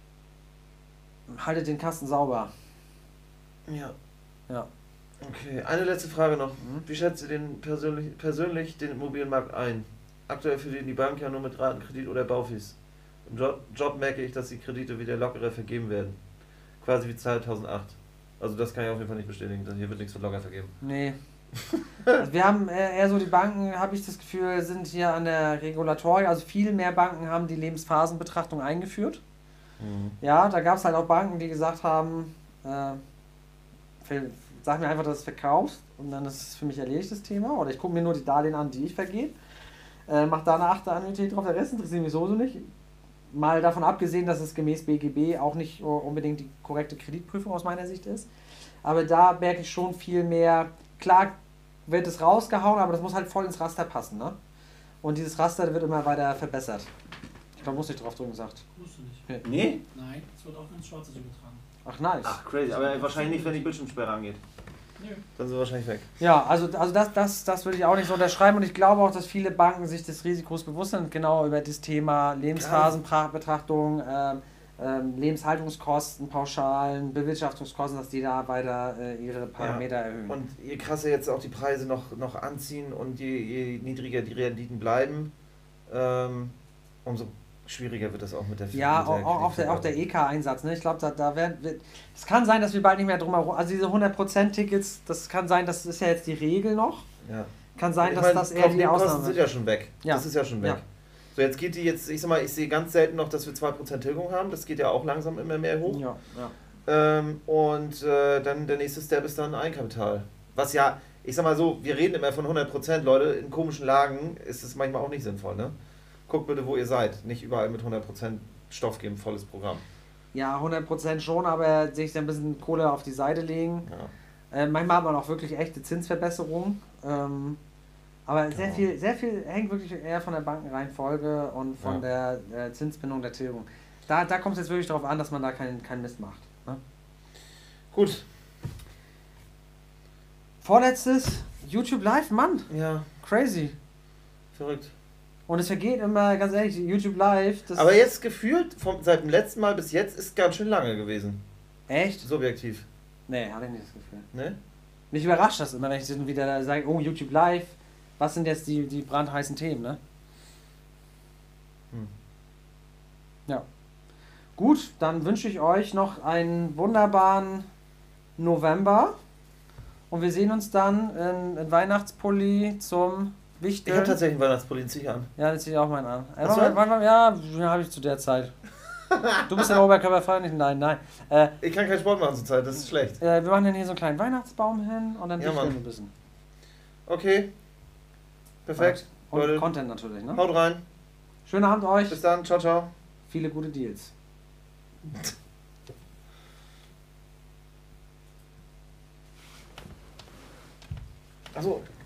Haltet den Kasten sauber. ja. Ja. Okay, eine letzte Frage noch. Mhm. Wie schätzt ihr den persönlich, persönlich den Immobilienmarkt ein? Aktuell verdient die Bank ja nur mit Ratenkredit oder Baufis. Im Job, Job merke ich, dass die Kredite wieder lockerer vergeben werden. Quasi wie zweitausendacht. Also das kann ich auf jeden Fall nicht bestätigen, denn hier wird nichts für locker vergeben. Nee. Also wir haben äh, eher so, die Banken, habe ich das Gefühl, sind hier an der Regulatorik, also viel mehr Banken haben die Lebensphasenbetrachtung eingeführt. Mhm. Ja, da gab es halt auch Banken, die gesagt haben, äh, für, sag mir einfach, dass du es verkaufst und dann ist es für mich erledigt, das Thema. Oder ich gucke mir nur die Darlehen an, die ich vergebe. Äh, mach da eine achte Annuität drauf, der Rest interessiert mich sowieso nicht. Mal davon abgesehen, dass es gemäß B G B auch nicht unbedingt die korrekte Kreditprüfung aus meiner Sicht ist. Aber da merke ich schon viel mehr, klar wird es rausgehauen, aber das muss halt voll ins Raster passen, ne? Und dieses Raster wird immer weiter verbessert. Ich glaube, muss ich drauf drücken, gesagt. Musst du nicht. Nee? Nein, es wird auch ins Schwarze übertragen. Ach, nice. Ach, crazy. Aber wahrscheinlich nicht, wenn die Bildschirmsperre angeht. Nö. Dann sind wir wahrscheinlich weg. Ja, also, also das, das, das würde ich auch nicht so unterschreiben und ich glaube auch, dass viele Banken sich des Risikos bewusst sind, genau über das Thema Lebensphasenbetrachtung, ähm, ähm, Lebenshaltungskosten, Pauschalen, Bewirtschaftungskosten, dass die da weiter äh, ihre Parameter Ja. erhöhen. Und je krasser jetzt auch die Preise noch, noch anziehen und je, je niedriger die Renditen bleiben, ähm, umso schwieriger wird das auch mit der Ja, mit der auch, auch der, auch der Kreditvergabe. E K-Einsatz. Ne? Ich glaube, da, da werden wir. Es kann sein, dass wir bald nicht mehr drum herum. Also diese hundert Prozent Tickets, das kann sein, das ist ja jetzt die Regel noch. Ja. kann sein, Ich dass meine, das eher die Kosten Ausnahme sind wird. ja schon weg. Ja. Das ist ja schon weg. Ja. So, jetzt geht die jetzt, ich sag mal, ich sehe ganz selten noch, dass wir zwei Prozent Tilgung haben. Das geht ja auch langsam immer mehr hoch. Ja, ja. Ähm, und äh, dann der nächste Step ist dann Eigenkapital. Was ja, ich sag mal so, wir reden immer von hundert Prozent, Leute, in komischen Lagen ist es manchmal auch nicht sinnvoll, ne? Guckt bitte, wo ihr seid. Nicht überall mit hundert Prozent Stoff geben, volles Programm. Ja, hundert Prozent schon, aber sich ein bisschen Kohle auf die Seite legen. Ja. Äh, manchmal hat man auch wirklich echte Zinsverbesserungen. Ähm, aber sehr Genau. viel, sehr viel hängt wirklich eher von der Bankenreihenfolge und von Ja. der äh, Zinsbindung der Tilgung. Da, da kommt es jetzt wirklich darauf an, dass man da keinen kein Mist macht. Ne? Gut. Vorletztes, YouTube Live, Mann, Ja, crazy. verrückt. Und es vergeht immer, ganz ehrlich, YouTube Live, das Aber jetzt gefühlt, vom, seit dem letzten Mal bis jetzt, ist ganz schön lange gewesen. echt? Subjektiv. Nee, hatte ich nicht das Gefühl. Ne? Mich überrascht das immer, wenn ich dann wieder sage, oh, YouTube Live, was sind jetzt die, die brandheißen Themen, ne? Hm. Ja. Gut, dann wünsche ich euch noch einen wunderbaren November und wir sehen uns dann in, in Weihnachtspulli zum Ich Wichteln. habe tatsächlich einen Weihnachtspulli, zieh ich an. Ja, das ziehe ich auch mal an. Äh, Hast du wann, einen? wann, wann, ja, habe ich zu der Zeit. Du bist ja oberkörperfrei nicht? Nein, nein. Äh, Ich kann keinen Sport machen zurzeit, das ist schlecht. äh, wir machen dann hier so einen kleinen Weihnachtsbaum hin und dann Ja, wichteln Mann. wir ein bisschen. Okay. Perfekt. Und Leute, Content natürlich, ne? haut rein. Schönen Abend euch. Bis dann. Ciao, ciao. Viele gute Deals. Achso.